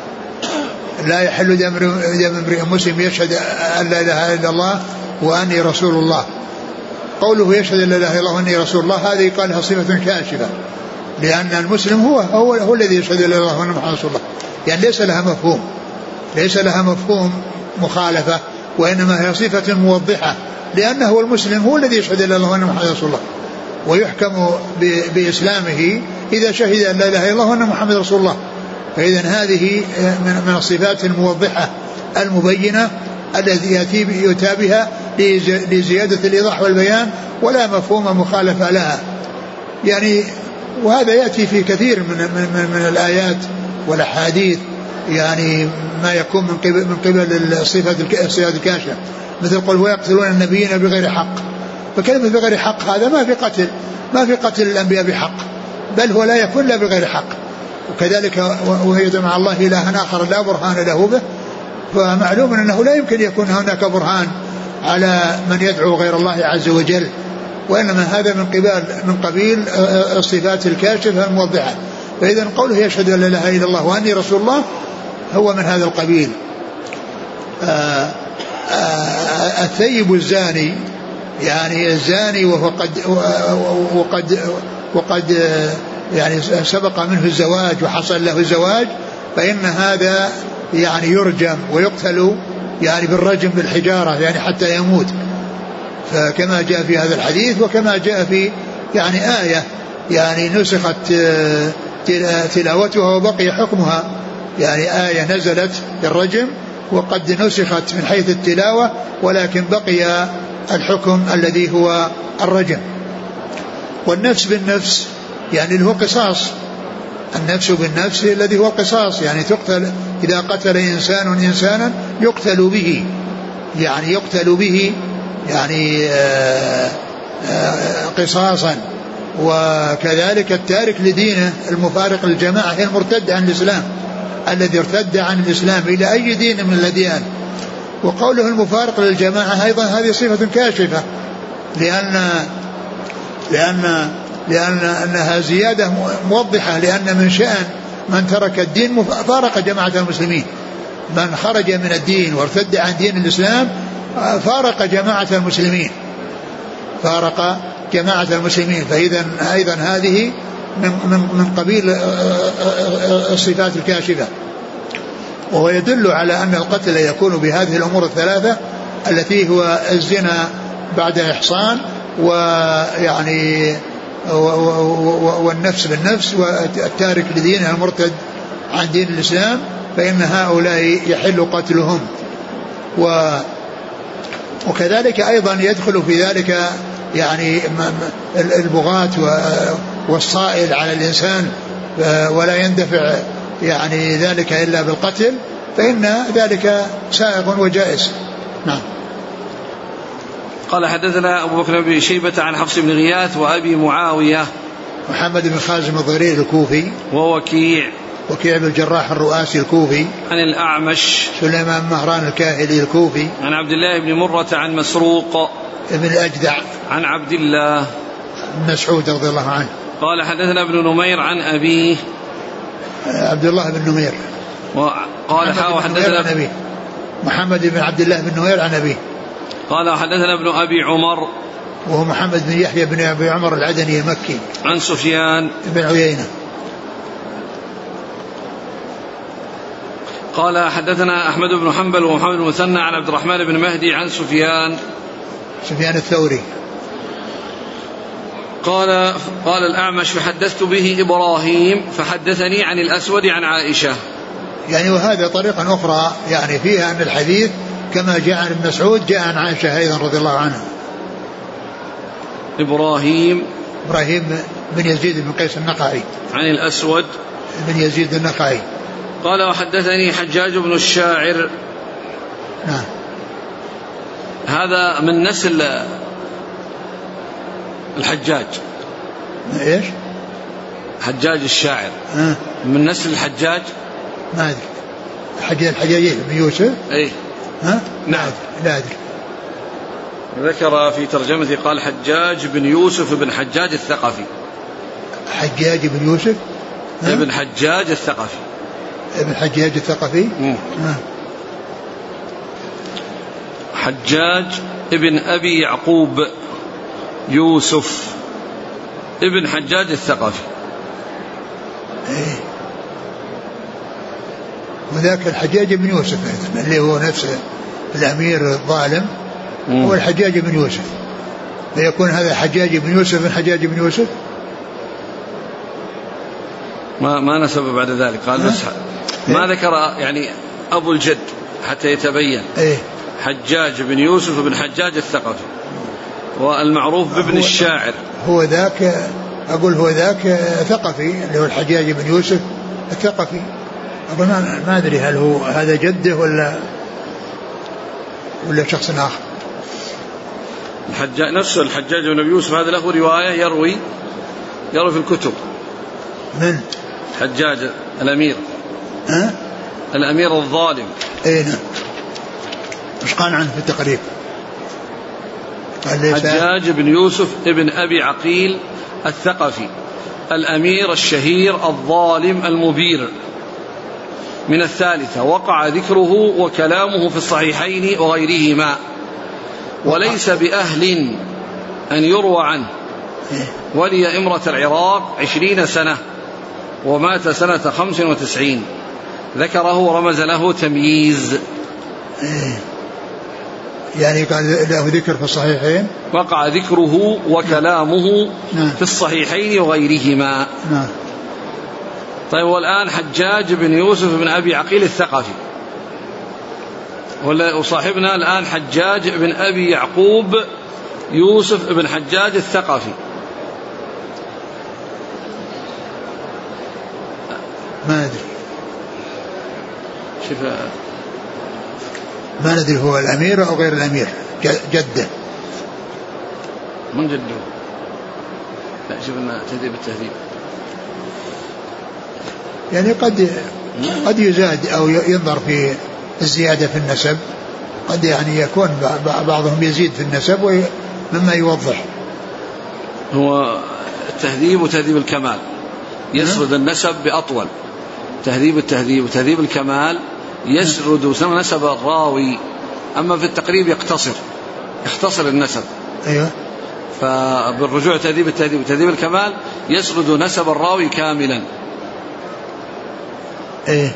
لا يحل دم امرئ مسلم يشهد أن لا إله إلا الله وأني رسول الله. قوله يشهد أن لا إله إلا الله وأني رسول الله هذه قالها صفة كاشفة، لأن المسلم هو هو, هو الذي يشهد أن لا إله إلا الله وأن محمد رسول الله، يعني ليس لها مفهوم ليس لها مفهوم مخالفة، وإنما هي صفة موضحة، لأنه هو المسلم هو الذي يشهد أن لا إله إلا الله وأن محمد رسول الله، ويحكم بإسلامه إذا شهد أن لا إله إلا الله وأن محمد رسول الله. فإذا هذه من الصفات الموضحة المبينة التي يأتي بها لزيادة الإيضاح والبيان، ولا مفهوم مخالفة لها. يعني وهذا يأتي في كثير من, من, من الآيات والأحاديث، يعني ما يكون من قبل, من قبل الصفات الكاشفة، مثل قل ويقتلون النبيين بغير حق. فكلمة بغير حق هذا ما في قتل ما في قتل الأنبياء بحق، بل هو لا يكون لا بغير حق. وكذلك وهي مع الله إلها آخر لا برهان له به، فمعلوم أنه لا يمكن يكون هناك برهان على من يدعو غير الله عز وجل، وإنما هذا من قبيل من قبيل الصفات الكاشفة الموضحة. فإذا قوله يشهد أن لا إله إلا الله وأني رسول الله هو من هذا القبيل. آآ آآ الثيب الزاني، يعني الزاني وهو قد وقد وقد يعني سبق منه الزواج وحصل له الزواج، فإن هذا يعني يرجم ويقتل يعني بالرجم بالحجارة، يعني حتى يموت، فكما جاء في هذا الحديث، وكما جاء في يعني آية يعني نسخت تلاوتها وبقي حكمها، يعني آية نزلت بالرجم وقد نسخت من حيث التلاوة، ولكن بقي الحكم الذي هو الرجم. والنفس بالنفس يعني اللي هو قصاص، النفس بالنفس الذي هو قصاص، يعني تقتل إذا قتل إنسان إنسانا يقتل به، يعني يقتل به يعني آآ آآ قصاصا. وكذلك التارك لدينه المفارق للجماعة هي المرتد عن الإسلام، الذي ارتد عن الإسلام إلى أي دين من الأديان. وقوله المفارق للجماعة أيضا هذه صفة كاشفة، لأن لأن لأن أنها زيادة موضحة، لأن من شأن من ترك الدين فارق جماعة المسلمين، من خرج من الدين وارتد عن دين الإسلام فارق جماعة المسلمين فارق جماعة المسلمين. فإذا أيضا هذه من, من, من قبيل الصفات الكاشفة. وهو يدل على أن القتل يكون بهذه الأمور الثلاثة التي هو الزنا بعد إحصان، ويعني والنفس بالنفس، والتارك لدينه المرتد عن دين الإسلام، فإن هؤلاء يحل قتلهم. وكذلك أيضا يدخل في ذلك يعني البغاة والصائل على الإنسان، ولا يندفع يعني ذلك إلا بالقتل، فإن ذلك سائغ وجائز. نعم. قال حدثنا أبو بكر بن شيبة عن حفص بن غياث وأبي معاوية محمد بن خازم الضرير الكوفي، ووكيع وكيع بن الجراح الرؤاسي الكوفي. عن الأعمش سليمان مهران الكاهلي الكوفي. عن عبد الله بن مرة عن مسروق ابن الأجدع عن عبد الله بن مسعود رضي الله عنه قال حدثنا ابن نمير عن أبيه عبد الله بن نمير قال حدثنا أبيه محمد بن عبد الله بن نمير عن أبيه قال حدثنا ابن أبي عمر وهو محمد بن يحيى بن أبي عمر العدني المكي عن سفيان بن عيينة قال حدثنا أحمد بن حنبل ومحمد بن مثنى عن عبد الرحمن بن مهدي عن سفيان سفيان الثوري قال قال الأعمش فحدثت به إبراهيم فحدثني عن الأسود عن عائشة. يعني وهذا طريقة أخرى يعني فيها أن الحديث كما جاء عن ابن مسعود جاء عن عائشة أيضا رضي الله عنها. إبراهيم إبراهيم بن يزيد بن قيس النقعي عن الأسود بن يزيد النقعي قال وحدثني حجاج بن الشاعر. نعم. هذا من نسل الحجاج. ايش؟ حجاج الشاعر أه؟ من نسل الحجاج ما ادري. حجاج الحجاجي بن يوسف. ايه ها؟ نعم لا ادري. ذكر في ترجمته قال حجاج بن يوسف بن حجاج الثقفي. حجاج بن يوسف ابن حجاج الثقفي ابن حجاج الثقفي. أه. حجاج ابن أبي يعقوب يوسف ابن حجاج الثقفي. إيه. وذاك الحجاج بن يوسف اللي هو نفسه الأمير الظالم مم. هو الحجاج بن يوسف فيكون هذا حجاج بن يوسف بن حجاج بن يوسف ما ما نسب بعد ذلك قال بس ما ذكر يعني أبو الجد حتى يتبين. إيه؟ حجاج بن يوسف بن حجاج الثقفي والمعروف بابن الشاعر. هو ذاك أقول هو ذاك ثقفي اللي هو الحجاج بن يوسف الثقفي. أقول ما, ما أدري هل هو هذا جده ولا ولا شخص آخر. الحجاج نفسه الحجاج بن يوسف هذا له رواية يروي يروي في الكتب. من؟ حجاج الأمير. ها؟ الأمير الظالم. أي نعم. مش قال عنه في التقريب. حجاج بن يوسف ابن أبي عقيل الثقفي الأمير الشهير الظالم المبير من الثالثة وقع ذكره وكلامه في الصحيحين وغيرهما وليس بأهل أن يروى عنه ولي إمرة العراق عشرين سنة ومات سنة خمس وتسعين ذكره ورمز له تمييز. يعني قال له ذكر في الصحيحين وقع ذكره وكلامه نعم. في الصحيحين وغيرهما نعم. طيب والآن حجاج بن يوسف بن أبي عقيل الثقفي وصاحبنا الآن حجاج بن أبي يعقوب يوسف بن حجاج الثقفي. ما أدري شوف ما ندري هو الأمير أو غير الأمير جده من جده. لا شوفنا تهذيب التهذيب يعني قد قد يزاد أو ينظر في الزيادة في النسب قد يعني يكون بعضهم يزيد في النسب مما يوضح. هو التهذيب وتهذيب الكمال يسرد النسب بأطول. تهذيب التهذيب وتهذيب الكمال يسرد نسب الراوي أما في التقريب يقتصر يختصر النسب. أيوة. فبالرجوع تهذيب التهذيب وتهذيب الكمال يسرد نسب الراوي كاملا. إيه.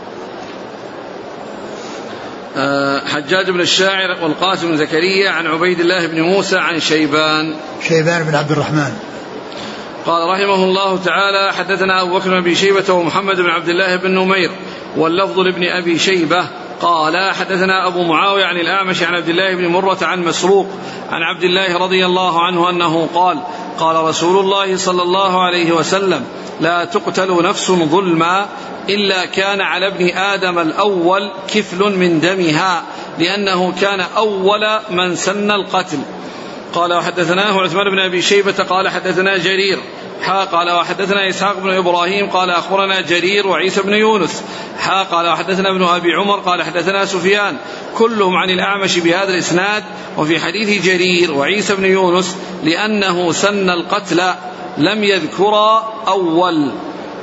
أه حجاج بن الشاعر والقاسم بن زكريا عن عبيد الله بن موسى عن شيبان شيبان بن عبد الرحمن قال رحمه الله تعالى حدثنا أبو بكر بن أبي شيبة ومحمد بن عبد الله بن نمير واللفظ لابن أبي شيبة قال حدثنا أبو معاوية عن الأعمش عن عبد الله بن مرة عن مسروق عن عبد الله رضي الله عنه أنه قال قال رسول الله صلى الله عليه وسلم لا تقتل نفس ظلما إلا كان على ابن آدم الأول كفل من دمها لأنه كان أول من سن القتل. قال وحدثناه عثمان بن أبي شيبة قال حدثنا جرير حا قال وحدثنا إسحاق بن إبراهيم قال أخبرنا جرير وعيسى بن يونس حا قال وحدثنا ابن أبي عمر قال حدثنا سفيان كلهم عن الأعمش بهذا الإسناد. وفي حديث جرير وعيسى بن يونس لأنه سن القتل لم يذكر أول.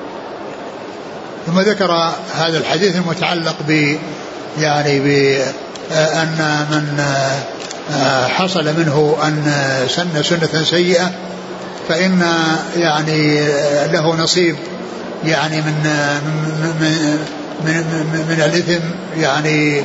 ثم ذكر هذا الحديث المتعلق ب يعني بأن من حصل منه أن سن سنة سيئة فإن يعني له نصيب يعني من من من, من الإثم يعني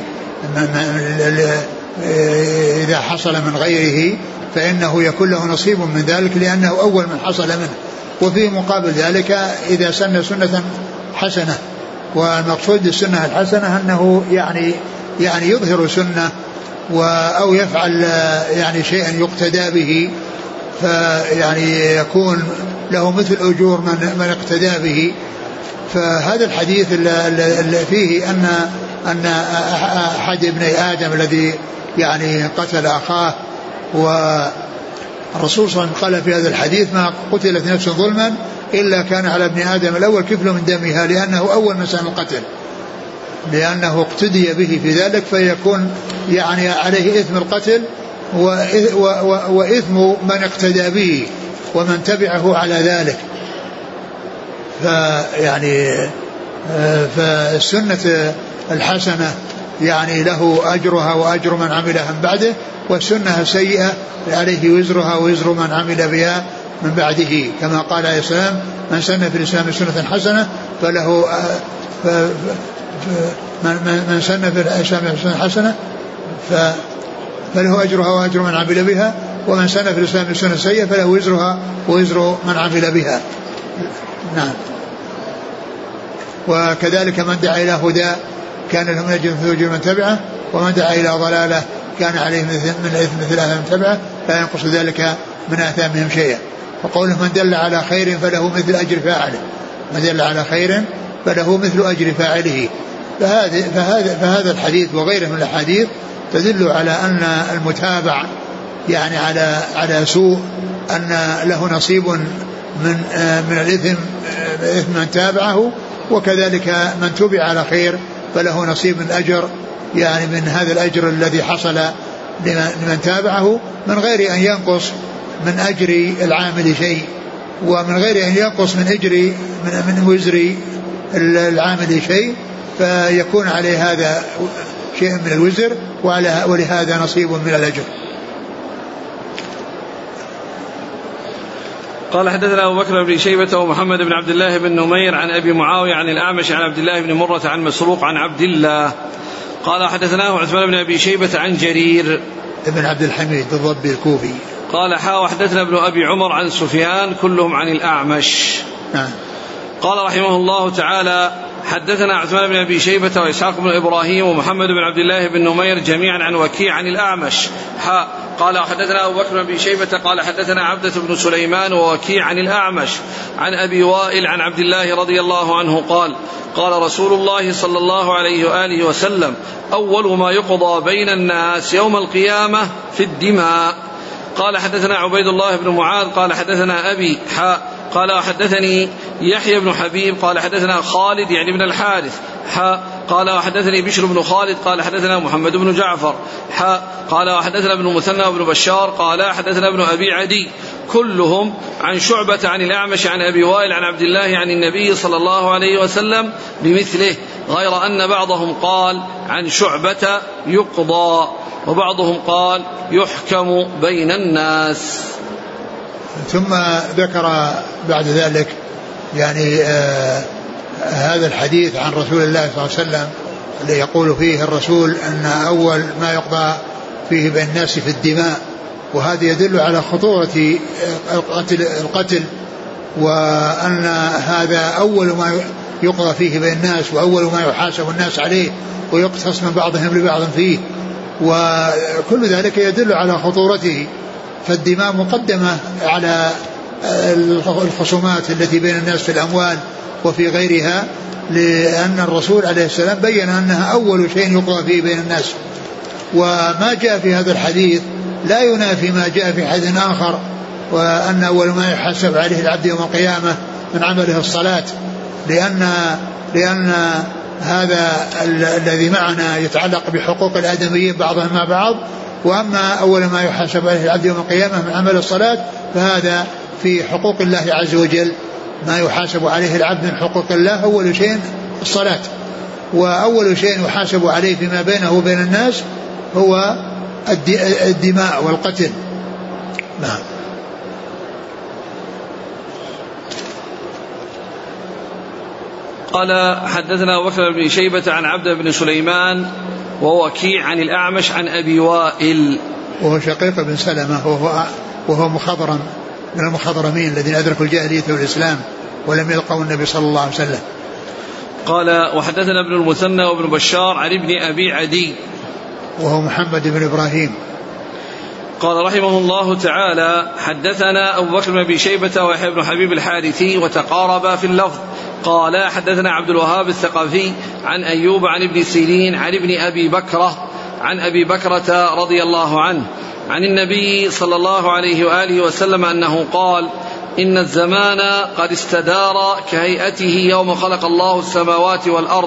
إذا حصل من غيره فإنه يكون له نصيب من ذلك لأنه أول من حصل منه. وفي مقابل ذلك إذا سن سنة حسنة، والمقصود بالسنة الحسنة أنه يعني يعني يظهر سنة أو يفعل يعني شيئا يقتدى به فيعني يكون له مثل أجور من, من اقتدى به. فهذا الحديث اللي فيه أن أن أحد ابني آدم الذي يعني قتل أخاه، والرسول صلى الله عليه وسلم قال في هذا الحديث ما قتلت نفس ظلما إلا كان على ابن آدم الأول كفل من دمها، لأنه أول من سن القتل، لأنه اقتدي به في ذلك فيكون يعني عليه إثم القتل وإثم من اقتدى به ومن تبعه على ذلك. فيعني فالسنة الحسنة يعني له أجرها وأجر من عملها من بعده، والسنة السيئة عليه وزرها ووزر من عمل بها من بعده، كما قال عليه السلام من سن في الإسلام سنة حسنة فله من سن في الإسلام سنة حسنة فله أجرها وأجر من عمل بها، ومن سن في الإسلام سنة سيئة فله وزرها ووزر من عمل بها. نعم. وكذلك من دعا إلى هدى كان له من أجر مثل أجر من تبعه، ومن دعا إلى ضلالة كان عليه من الإثم مثل آثام من تبعه لا ينقص ذلك من آثامهم شيئا. وقوله من دل على خير فله مثل أجر فاعله، من دل على خير فله مثل أجر فاعله. فهذا, فهذا, فهذا الحديث وغيره من الحديث تدل على أن المتابع يعني على على سوء أن له نصيب من من الإثم إثم من تابعه، وكذلك من تبع على خير فله نصيب من أجر يعني من هذا الأجر الذي حصل لمن تابعه من غير أن ينقص من أجر العامل شيء، ومن غير أن ينقص من أجر من, من وزر العامل شيء، فيكون عليه هذا شيء من الوزر ولهذا نصيب من الأجر. قال حدثنا أبو بكر بن شيبة ومحمد بن عبد الله بن نمير عن أبي معاوية عن الأعمش عن عبد الله بن مرة عن مسروق عن عبد الله قال حدثناه عثمان بن أبي شيبة عن جرير ابن عبد الحميد الضبي الكوفي قال حا وحدثنا ابن أبي عمر عن سفيان كلهم عن الأعمش. نعم. قال رحمه الله تعالى حدثنا عثمان بن أبي شيبة وإسحاق بن إبراهيم ومحمد بن عبد الله بن نمير جميعا عن وكيع عن الأعمش. حا قال حدثنا أبو بكر بن أبي شيبة قال حدثنا عبدة بن سليمان ووكيع عن الأعمش عن أبي وائل عن عبد الله رضي الله عنه قال قال رسول الله صلى الله عليه وآله وسلم أول ما يقضى بين الناس يوم القيامة في الدماء. قال حدثنا عبيد الله بن معاذ قال حدثنا أبي حا قال حدثني يحيى بن حبيب قال حدثنا خالد يعني بن الحارث حا قال حدثني بشر بن خالد قال حدثنا محمد بن جعفر حا قال حدثنا ابن مثنى وابن بشار قال حدثنا ابن أبي عدي كلهم عن شعبة عن الأعمش عن أبي وائل عن عبد الله عن النبي صلى الله عليه وسلم بمثله، غير أن بعضهم قال عن شعبة يقضى وبعضهم قال يحكم بين الناس. ثم ذكر بعد ذلك يعني آه هذا الحديث عن رسول الله صلى الله عليه وسلم اللي يقول فيه الرسول أن أول ما يقضى فيه بين الناس في الدماء، وهذا يدل على خطورة القتل, القتل وأن هذا أول ما يقضى فيه بين الناس وأول ما يحاسب الناس عليه ويقتص من بعضهم لبعض فيه، وكل ذلك يدل على خطورته. فالدماء مقدمة على الخصومات التي بين الناس في الأموال وفي غيرها، لأن الرسول عليه السلام بين أنها أول شيء يقضى فيه بين الناس. وما جاء في هذا الحديث لا ينافي ما جاء في حديث آخر وأن أول ما يحاسب عليه العبد يوم القيامة من عمله الصلاة، لأن لأن هذا الذي معنا يتعلق بحقوق الآدميين بعضهم مع بعض، وأما أول ما يحاسب عليه العبد يوم القيامة من عمل الصلاة فهذا في حقوق الله عز وجل. ما يحاسب عليه العبد من حقوق الله أول شيء الصلاة، وأول شيء يحاسب عليه فيما بينه وبين الناس هو الدماء والقتل. نعم. قال حدثنا أبو بكر بن شيبة عن عبد بن سليمان وهو وكيع عن الأعمش عن أبي وائل وهو شقيق بن سلمة وهو, وهو مخضرم من المخضرمين الذين أدركوا الجاهلية والإسلام ولم يلقوا النبي صلى الله عليه وسلم. قال وحدثنا ابن المثنى وابن بشار عن ابن أبي عدي وهو محمد بن إبراهيم. قال رحمه الله تعالى حدثنا أبو بكر بن أبي شيبة ويحيى بن حبيب الحارثي وتقاربا في اللفظ. قال حدثنا عبد الوهاب الثقفي عن أيوب عن ابن سيرين عن ابن أبي بكرة عن أبي بكرة رضي الله عنه عن النبي صلى الله عليه وآله وسلم أنه قال إن الزمان قد استدار كهيئته يوم خلق الله السماوات والأرض،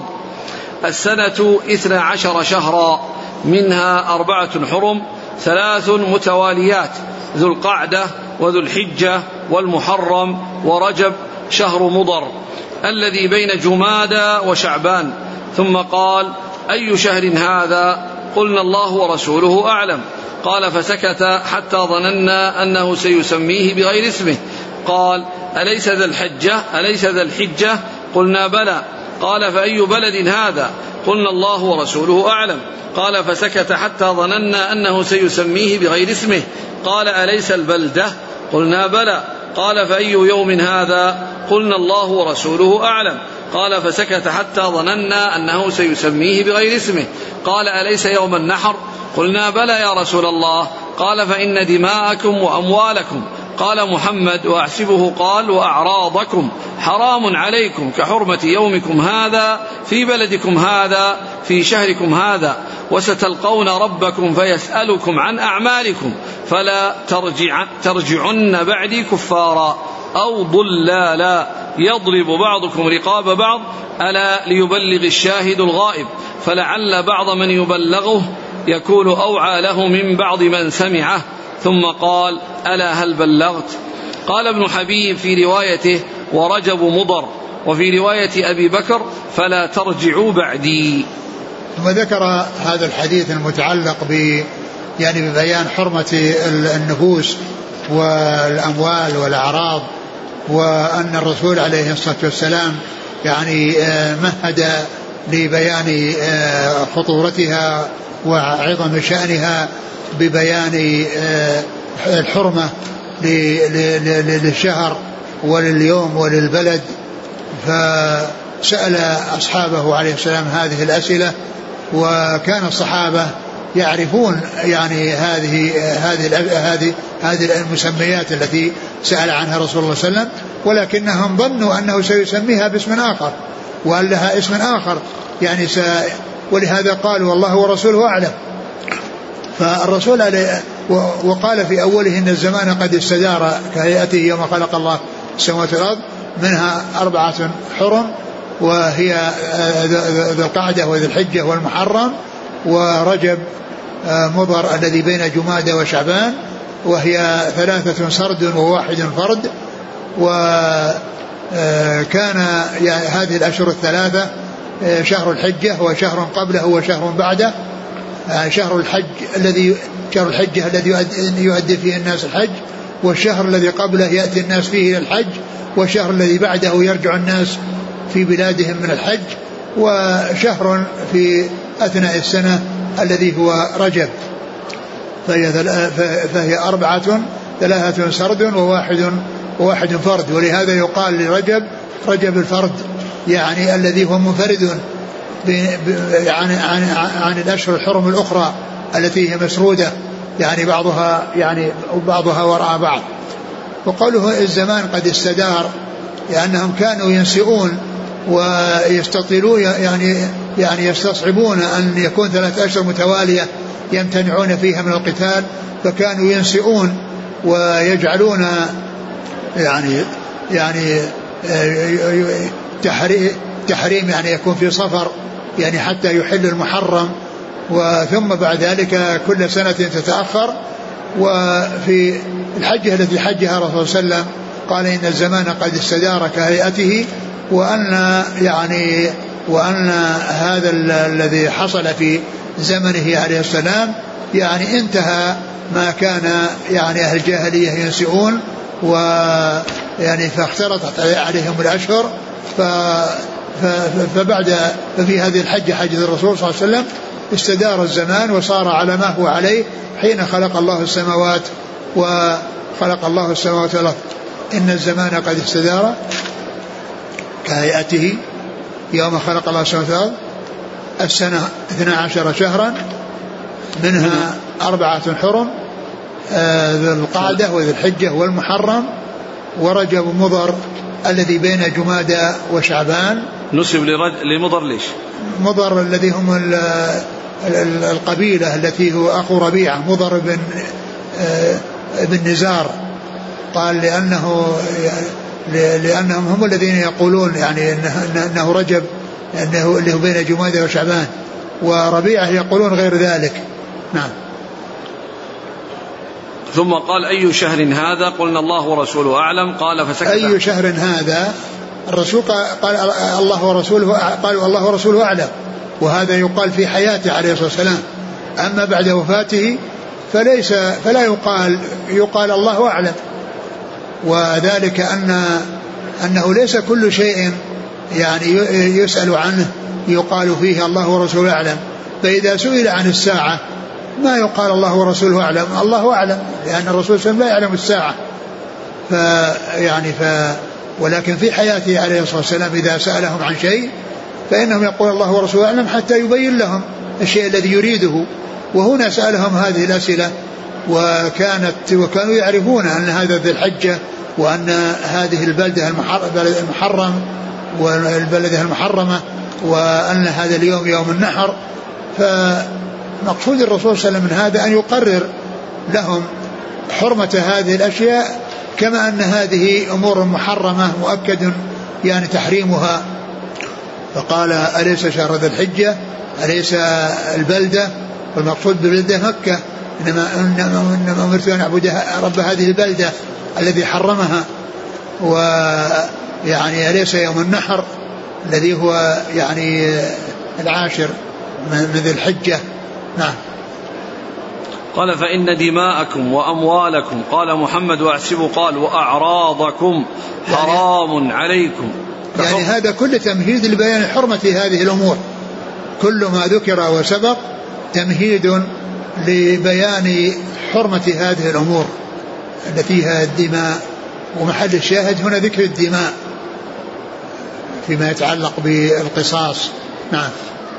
السنة اثنا عشر شهرا منها أربعة حرم ثلاث متواليات ذو القعدة وذو الحجة والمحرم ورجب شهر مضر الذي بين جمادى وشعبان. ثم قال أي شهر هذا؟ قلنا الله ورسوله أعلم. قال فسكت حتى ظننا أنه سيسميه بغير اسمه. قال أليس ذا الحجة أليس ذا الحجة؟ قلنا بلى. قال فأي بلد هذا؟ قلنا الله ورسوله أعلم. قال فسكت حتى ظننا أنه سيسميه بغير اسمه. قال أليس البلدة؟ قلنا بلى. قال فأي يوم هذا؟ قلنا الله ورسوله أعلم. قال فسكت حتى ظننا أنه سيسميه بغير اسمه. قال أليس يوم النحر؟ قلنا بلى يا رسول الله. قال فإن دماءكم وأموالكم، قال محمد وأحسبه قال وأعراضكم حرام عليكم كحرمة يومكم هذا في بلدكم هذا في شهركم هذا، وستلقون ربكم فيسألكم عن أعمالكم فلا ترجع ترجعن بعدي كفارا أو ضلالا يضرب بعضكم رقاب بعض ألا ليبلغ الشاهد الغائب، فلعل بعض من يبلغه يكون أوعى له من بعض من سمعه. ثم قال ألا هل بلغت؟ قال ابن حبيب في روايته ورجب مضر، وفي رواية أبي بكر فلا ترجعوا بعدي. ثم ذكر هذا الحديث المتعلق ب يعني ببيان حرمة النفوس والأموال والأعراض، وأن الرسول عليه الصلاة والسلام يعني مهد لبيان خطورتها وعظم شأنها ببيان الحرمة للشهر ولليوم وللبلد، فسأل أصحابه عليه السلام هذه الأسئلة، وكان الصحابة يعرفون يعني هذه هذه هذه هذه المسميات التي سأل عنها رسول الله صلى الله عليه وسلم، ولكنهم ظنوا أنه سيسميها باسم آخر وأن لها اسم آخر يعني س... ولهذا قالوا والله ورسوله أعلم. فالرسول عليه وقال في أوله إن الزمان قد استدار كهيئته يوم خلق الله السماوات والأرض، منها أربعة حرم وهي ذو القعدة وذو الحجة والمحرم ورجب مضر الذي بين جمادى وشعبان، وهي ثلاثة سرد وواحد فرد. وكان هذه الأشهر الثلاثة شهر الحجة وشهر قبله وشهر بعده. شهر الحج الذي شهر الحجة الذي يؤدي فيه الناس الحج، والشهر الذي قبله يأتي الناس فيه إلى الحج، والشهر الذي بعده يرجع الناس في بلادهم من الحج، وشهر في أثناء السنة الذي هو رجب. فهي, فهي أربعة ثلاثة سرد وواحد وواحد فرد، ولهذا يقال لرجب رجب الفرد، يعني الذي هو منفرد عن, عن, عن الأشهر الحرم الأخرى التي هي مسرودة، يعني بعضها يعني بعضها وراء بعض. وقوله الزمان قد استدار لأنهم كانوا ينسئون ويستطيلون يعني يعني يستصعبون أن يكون ثلاث أشهر متوالية يمتنعون فيها من القتال، فكانوا ينسئون ويجعلون يعني يعني تحريم يعني يكون في صفر يعني حتى يحل المحرم، وثم بعد ذلك كل سنة تتأخر. وفي الحجة التي حجها الرسول صلى الله عليه وسلم قال إن الزمان قد استدار كهيئته، وأن يعني وأن هذا الذي حصل في زمنه عليه السلام يعني انتهى ما كان يعني أهل الجاهلية ينسئون، ويعني فاختلطت عليهم الأشهر. ف فبعد ففي هذه الحجة حجة الرسول صلى الله عليه وسلم استدار الزمان وصار على ما هو عليه حين خلق الله السماوات وخلق الله السماوات والأرض. إن الزمان قد استدار كهيئته يوم خلق الله السماوات والأرض. السنة اثنا عشر شهرا منها أربعة حرم، ذو القعدة وذو الحجة والمحرم ورجب مضر الذي بين جمادى وشعبان. نسب لمضر ليش؟ مضر الذي هم القبيلة التي هو أخو ربيعة، مضر بن بن نزار، قال لأنه لأنهم هم الذين يقولون يعني أنه رجب أنه اللي هو بين جمادى وشعبان، وربيعة يقولون غير ذلك. نعم. ثم قال أي شهر هذا؟ قلنا الله ورسوله أعلم. قال فسكت. أي شهر هذا؟ الرسول قال الله ورسوله قالوا الله ورسوله أعلم، وهذا يقال في حياته عليه الصلاة والسلام. أما بعد وفاته فليس فلا يقال يقال الله أعلم، وذلك أن أنه ليس كل شيء يعني يسأل عنه يقال فيه الله ورسوله أعلم. فإذا سئل عن الساعة ما يقال الله ورسوله أعلم، الله أعلم، لأن الرسول صلى الله عليه وسلم لا يعلم الساعة. فيعني ف ولكن في حياته عليه الصلاة والسلام إذا سألهم عن شيء فإنهم يقول الله ورسوله أعلم حتى يبين لهم الشيء الذي يريده. وهنا سألهم هذه الأسئلة وكانت وكانوا يعرفون أن هذا ذي الحجة، وأن هذه البلدة المحرم والبلدة المحرمة، وأن هذا اليوم يوم النحر. فمقصود الرسول صلى الله عليه وسلم من هذا أن يقرر لهم حرمة هذه الأشياء، كما أن هذه أمور محرمة مؤكد يعني تحريمها. فقال أليس شهر ذي الحجة أليس البلدة، والمقصود بالبلدة مكة، إنما, إنما أمرت أن أعبد رب هذه البلدة الذي حرمها. ويعني أليس يوم النحر الذي هو يعني العاشر من ذي الحجة. نعم. قال فإن دماءكم وأموالكم، قال محمد وأحسب قال وأعراضكم حرام عليكم. يعني هذا كل تمهيد لبيان حرمة هذه الأمور، كل ما ذكر وسبق تمهيد لبيان حرمة هذه الأمور التي فيها الدماء، ومحل الشاهد هنا ذكر الدماء فيما يتعلق بالقصاص. نعم.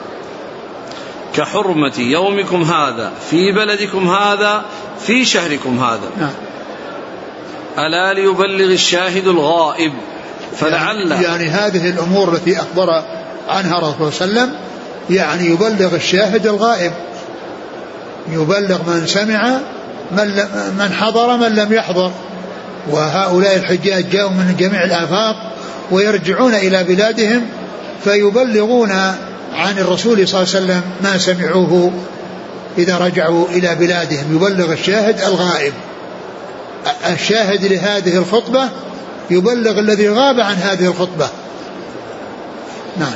كحرمة يومكم هذا في بلدكم هذا في شهركم هذا. نعم. ألا ليبلغ الشاهد الغائب. فلعل يعني, يعني هذه الأمور التي أخبر عنها الرسول صلى الله عليه وسلم يعني يبلغ الشاهد الغائب، يبلغ من سمع من, من حضر من لم يحضر. وهؤلاء الحجاج جاءوا من جميع الآفاق ويرجعون إلى بلادهم فيبلغون عن الرسول صلى الله عليه وسلم ما سمعوه إذا رجعوا إلى بلادهم. يبلغ الشاهد الغائب، الشاهد لهذه الخطبة يبلغ الذي غاب عن هذه الخطبة. نعم.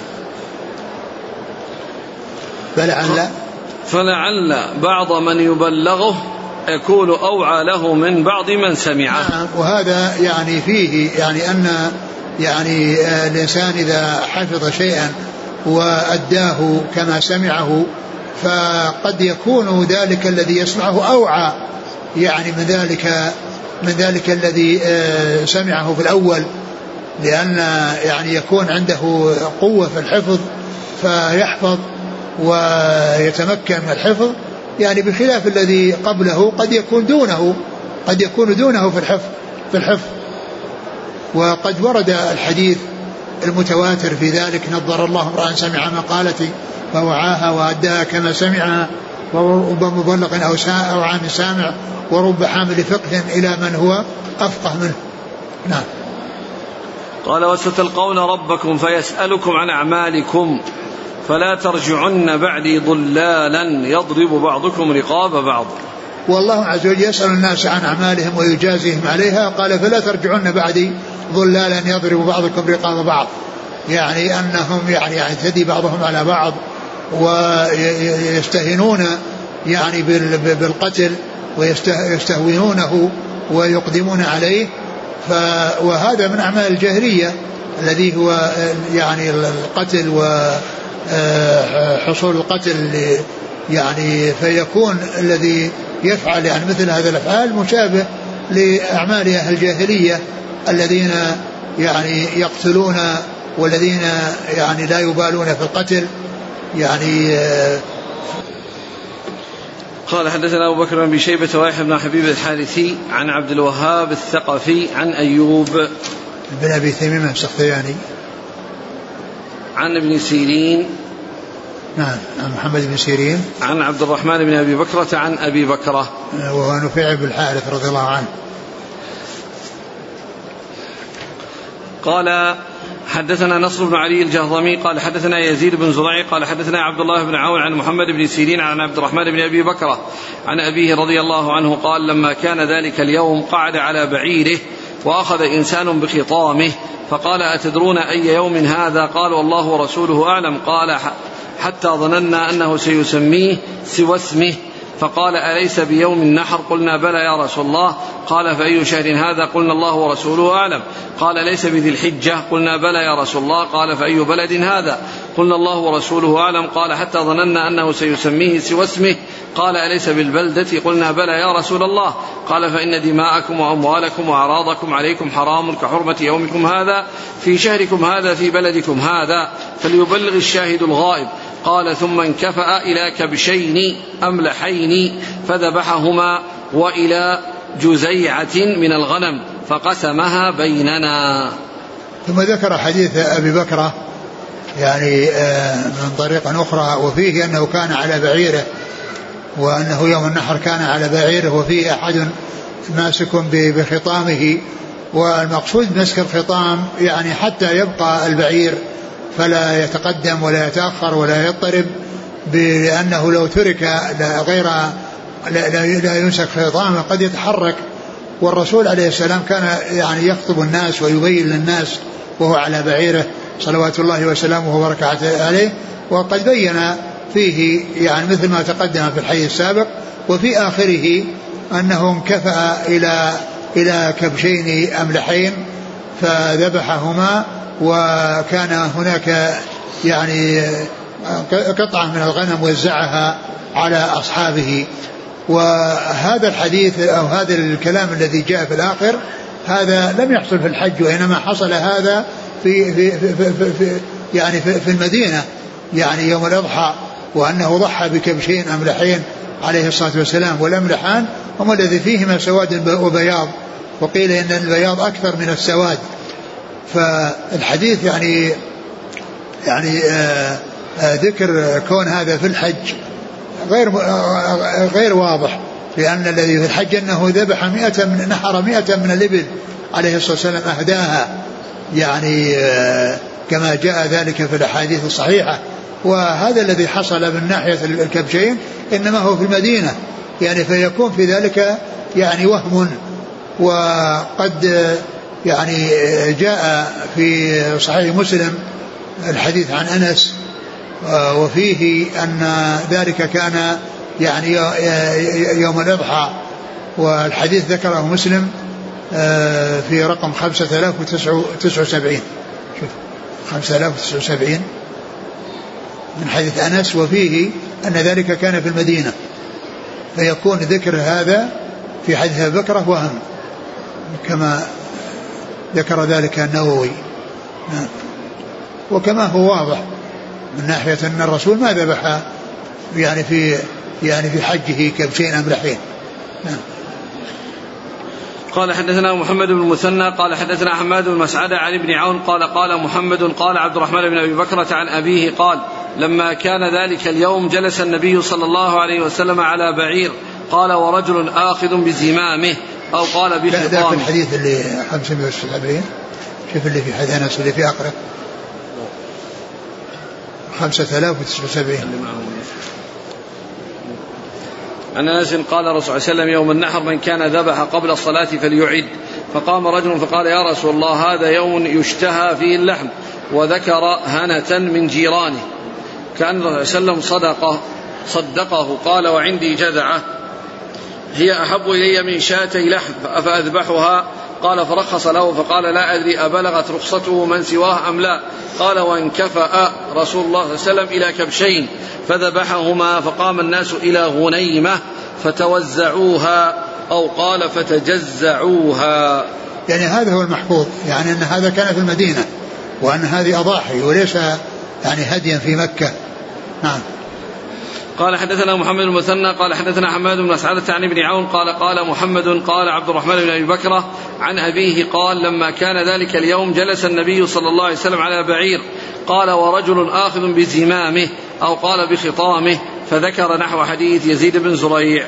فلعل فلعل بعض من يبلغه يكون أوعى له من بعض من سمعه. نعم. وهذا يعني فيه يعني أن يعني الإنسان إذا حفظ شيئا وأداه كما سمعه فقد يكون ذلك الذي يسمعه أوعى يعني من ذلك من ذلك الذي سمعه في الأول، لأن يعني يكون عنده قوة في الحفظ فيحفظ ويتمكن من الحفظ، يعني بخلاف الذي قبله قد يكون دونه قد يكون دونه في الحفظ في الحفظ وقد ورد الحديث المتواتر في ذلك: نظر الله امرأ سمع مقالتي فوعاها وأداها كما سمعها ورب مبلغ أو عام سامع ورب حامل فقه إلى من هو أفقه منه. نعم. قال وستلقون ربكم فيسألكم عن أعمالكم فلا ترجعن بعدي ضلالا يضرب بعضكم رقاب بعض. والله عز وجل يسأل الناس عن أعمالهم ويجازيهم عليها. قال فلا ترجعن بعدي ضلالا يضرب بعضكم رقاب بعض، يعني أنهم يعني يعتدي بعضهم على بعض ويستهينون يعني بالقتل ويستهونونه ويقدمون عليه. وهذا من أعمال الجاهلية الذي هو يعني القتل وحصول القتل يعني، فيكون الذي يفعل يعني مثل هذا الأفعال مشابه لأعمال أهل الجاهلية الذين يعني يقتلون والذين يعني لا يبالون في القتل يعني. قال حدثنا أبو بكر بن شيبة ويحيى بن حبيب الحارثي عن عبد الوهاب الثقفي عن أيوب بن أبي تميم السختياني عن ابن سيرين نعم عن محمد بن سيرين عن عبد الرحمن بن أبي بكرة عن أبي بكرة وهو نفيع بن الحارث رضي الله عنه. قال حدثنا نصر بن علي الجهضمي قال حدثنا يزيد بن زريع قال حدثنا عبد الله بن عون عن محمد بن سيرين عن عبد الرحمن بن أبي بكرة عن أبيه رضي الله عنه قال لما كان ذلك اليوم قعد على بعيره وأخذ إنسان بخطامه فقال أتدرون أي يوم هذا؟ قال والله ورسوله أعلم. قال حتى ظننا أنه سيسميه سوى اسمه. فقال أليس بيوم النحر؟ قلنا بلى يا رسول الله. قال فأي شهر هذا؟ قلنا الله ورسوله أعلم. قال ليس بذي الحجة؟ قلنا بلى يا رسول الله. قال فأي بلد هذا؟ قلنا الله ورسوله أعلم. قال حتى ظننا أنه سيسميه سوى اسمه. قال أليس بالبلدة؟ قلنا بلى يا رسول الله. قال فإن دماءكم وأموالكم وأعراضكم عليكم حرام كحرمة يومكم هذا في شهركم هذا في بلدكم هذا، فليبلغ الشاهد الغائب. قال ثم انكفأ إلى كبشين أملحين فذبحهما وإلى جزيعة من الغنم فقسمها بيننا. ثم ذكر حديث أبي بكرة يعني من طريق أخرى وفيه أنه كان على بعيره وأنه يوم النحر كان على بعيره وفيه أحد ماسك بخطامه، والمقصود مسك الخطام يعني حتى يبقى البعير فلا يتقدم ولا يتأخر ولا يضطرب، لأنه لو ترك لا غير لا يمسك خطامه قد يتحرك. والرسول عليه السلام كان يعني يخطب الناس ويبين للناس وهو على بعيره صلوات الله وسلامه وبركاته عليه، وقد بين فيه يعني مثل ما تقدم في الحديث السابق. وفي آخره أنه انكفأ إلى إلى كبشين أملحين فذبحهما، وكان هناك يعني قطعة من الغنم وزعها على أصحابه. وهذا الحديث أو هذا الكلام الذي جاء في الآخر هذا لم يحصل في الحج، وإنما حصل هذا في, في, في, في, في يعني في, في المدينة يعني يوم الأضحى، وأنه ضحى بكبشين أملحين عليه الصلاة والسلام. والأملحان هم الذي فيهما سواد وبياض، وقيل إن البياض أكثر من السواد. فالحديث يعني يعني آآ آآ ذكر كون هذا في الحج غير غير واضح، لأن الذي في الحج أنه ذبح مئة من نحر مئة من الإبل عليه الصلاة والسلام أهداها يعني كما جاء ذلك في الأحاديث الصحيحة. وهذا الذي حصل من ناحية الكبشين إنما هو في المدينة يعني، فيكون في ذلك يعني وهم. وقد يعني جاء في صحيح مسلم الحديث عن أنس وفيه أن ذلك كان يعني يوم الأضحى، والحديث ذكره مسلم في رقم خمسة آلاف وتسعة وسبعين خمسة آلاف وتسعة وسبعين من حديث أنس، وفيه أن ذلك كان في المدينة، فيكون ذكر هذا في حديث أبي بكر وهم كما ذكر ذلك النووي. وكما هو واضح من ناحية أن الرسول ما ذبح يعني في يعني في حجه كبشين أملحين. نعم. قال حدثنا محمد بن المثنى قال حدثنا حماد بن مسعدة عن ابن عون قال قال محمد قال عبد الرحمن بن أبي بكرة عن أبيه قال لما كان ذلك اليوم جلس النبي صلى الله عليه وسلم على بعير قال ورجل آخذ بزمامه أو قال بخطامه. لا ذاك الحديث اللي خمسمائة وسبعين شوف اللي في حديث أنس اللي في آخره خمسة آلاف وتسعة وسبعين. عن أنس قال الرسول صلى الله عليه وسلم يوم النحر من كان ذبح قبل الصلاة فليعد. فقام رجل فقال يا رسول الله هذا يوم يشتهى فيه اللحم وذكر هنة من جيرانه. كان الرسول صلى الله عليه وسلم صدقه صدقه قال وعندي جذعة هي أحب إلي من شاتي لحم فأذبحها. قال فرخص له فقال لا أدري أبلغت رخصته من سواه أم لا. قال وانكفأ رسول الله صلى الله عليه وسلم إلى كبشين فذبحهما فقام الناس إلى غنيمة فتوزعوها أو قال فتجزعوها. يعني هذا هو المحفوظ يعني أن هذا كان في المدينة وأن هذه أضاحي وليس يعني هديا في مكة. نعم. قال حدثنا محمد المثنى قال حدثنا حماد بن مسعدة عن ابن عون قال قال محمد قال عبد الرحمن بن أبي بكر عن أبيه قال لما كان ذلك اليوم جلس النبي صلى الله عليه وسلم على بعير قال ورجل آخذ بزمامه أو قال بخطامه فذكر نحو حديث يزيد بن زريع.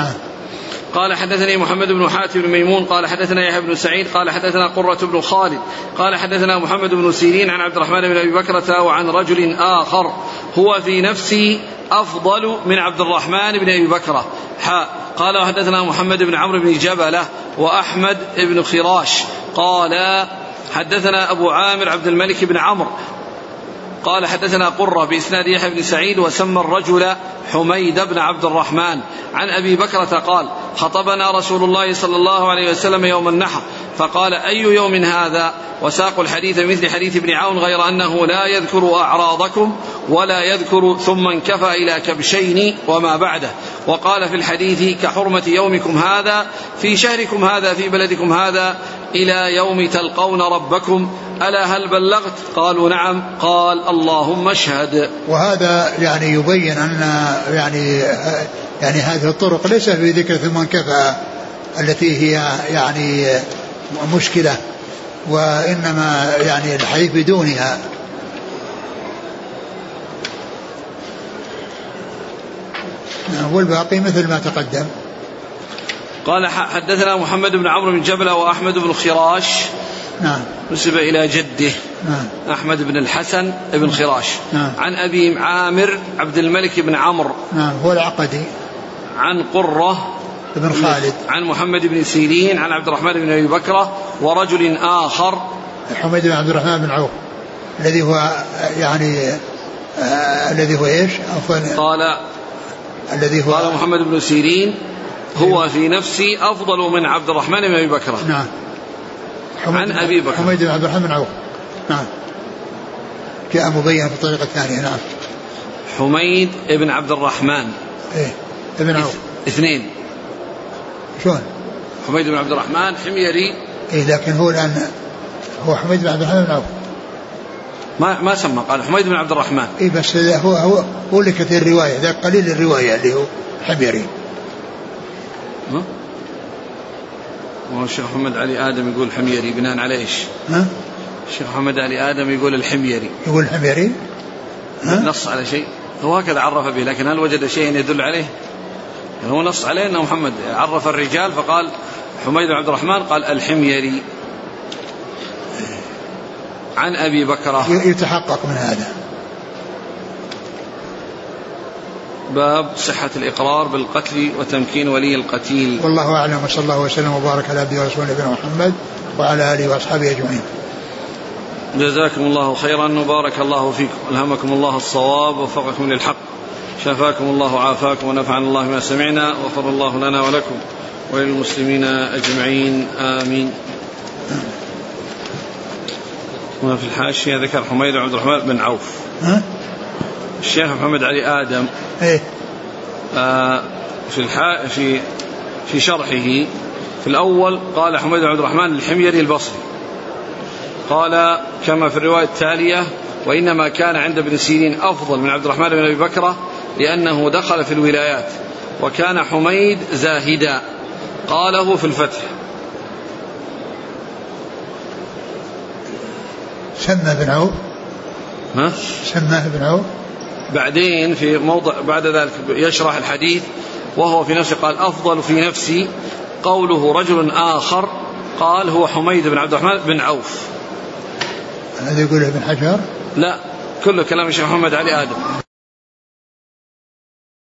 قال حدثني محمد بن حاتم بن ميمون قال حدثنا يحيى بن سعيد قال حدثنا قرة بن خالد قال حدثنا محمد بن سيرين عن عبد الرحمن بن أبي بكرة وعن رجل آخر هو في نفسي أفضل من عبد الرحمن بن أبي بكرة حاء. قال وحدثنا محمد بن عمرو بن جبلة وأحمد بن خراش قال حدثنا أبو عامر عبد الملك بن عمرو قال حدثنا قرة بإسناد يحيى بن سعيد وسمى الرجل حميد بن عبد الرحمن عن أبي بكرة قال خطبنا رسول الله صلى الله عليه وسلم يوم النحر فقال أي يوم هذا وساق الحديث مثل حديث ابن عون غير أنه لا يذكر أعراضكم ولا يذكر ثم انكفى إلى كبشين وما بعده. وقال في الحديث كحرمة يومكم هذا في شهركم هذا في بلدكم هذا إلى يوم تلقون ربكم ألا هل بلغت قالوا نعم قال اللهم اشهد. وهذا يعني يبين أن يعني يعني هذه الطرق ليس في ذكر ثم انكفى التي هي يعني مشكلة وإنما يعني الحديث بدونها. والباقي مثل ما تقدم. قال حدثنا محمد بن عمرو بن جبلة وأحمد بن خراش نعم نسب إلى جده نعم أحمد بن الحسن بن خراش نعم عن أبي عامر عبد الملك بن عمرو نعم هو العقدي عن قرة بن خالد عن محمد بن سيرين عن عبد الرحمن بن أبي بكرة ورجل آخر حميد بن عبد الرحمن بن عوف الذي هو يعني آه الذي هو إيش قال الذي هو قال محمد بن سيرين هو في نفسي أفضل من عبد الرحمن بن أبي بكرة. نعم عن أبي بكر حميد بن عبد الرحمن بن عوف نعم جاء مبين في الطريقة الثانية. نعم حميد بن عبد الرحمن إيه ابن عوف اثنين شلون حميد بن عبد الرحمن حميري إيه لكن هو الآن هو حميد بن عبد الرحمن بن عوف ما ما سمى قال حميد بن عبد الرحمن. إيه بس هو هو هو اللي كثير الرواية ذا قليل الرواية اللي هو حميري. ها والشيخ محمد علي آدم يقول حميري بناء على إيش؟ ها الشيخ محمد علي آدم يقول الحميري يقول الحميري نص على شيء هو هكذا عرف به لكن هل وجد شيء يدل عليه؟ يعني هو نص عليه أنه محمد عرف الرجال فقال حميد بن عبد الرحمن قال الحميري عن أبي بكرة. يتحقق من هذا. باب صحة الإقرار بالقتل وتمكين ولي القتيل. والله أعلم وصلى الله وسلم وبارك على عبده ورسوله نبينا محمد وعلى آله وأصحابه أجمعين. جزاكم الله خيرا وبارك الله فيكم ألهمكم الله الصواب ووفقكم للحق شفاكم الله وعافاكم ونفعنا الله ما سمعنا وغفر الله لنا ولكم وللمسلمين أجمعين آمين. هنا في الحاشية ذكر حميد بن عبد الرحمن بن عوف. ها؟ الشيخ محمد علي آدم إيه؟ آه في الح... في في شرحه في الأول قال حميد بن عبد الرحمن الحميري البصري قال كما في الرواية التالية وإنما كان عند ابن سيرين أفضل من عبد الرحمن بن أبي بكرة لأنه دخل في الولايات وكان حميد زاهدا قاله في الفتح. سمى بن عوف ها؟ سماه بن عوف بعدين في موضع بعد ذلك يشرح الحديث وهو في نفسه قال أفضل في نفسي قوله رجل آخر قال هو حميد بن عبد الرحمن بن عوف. هذا يقوله ابن حجر؟ لا، كله كلام الشيخ محمد علي آدم.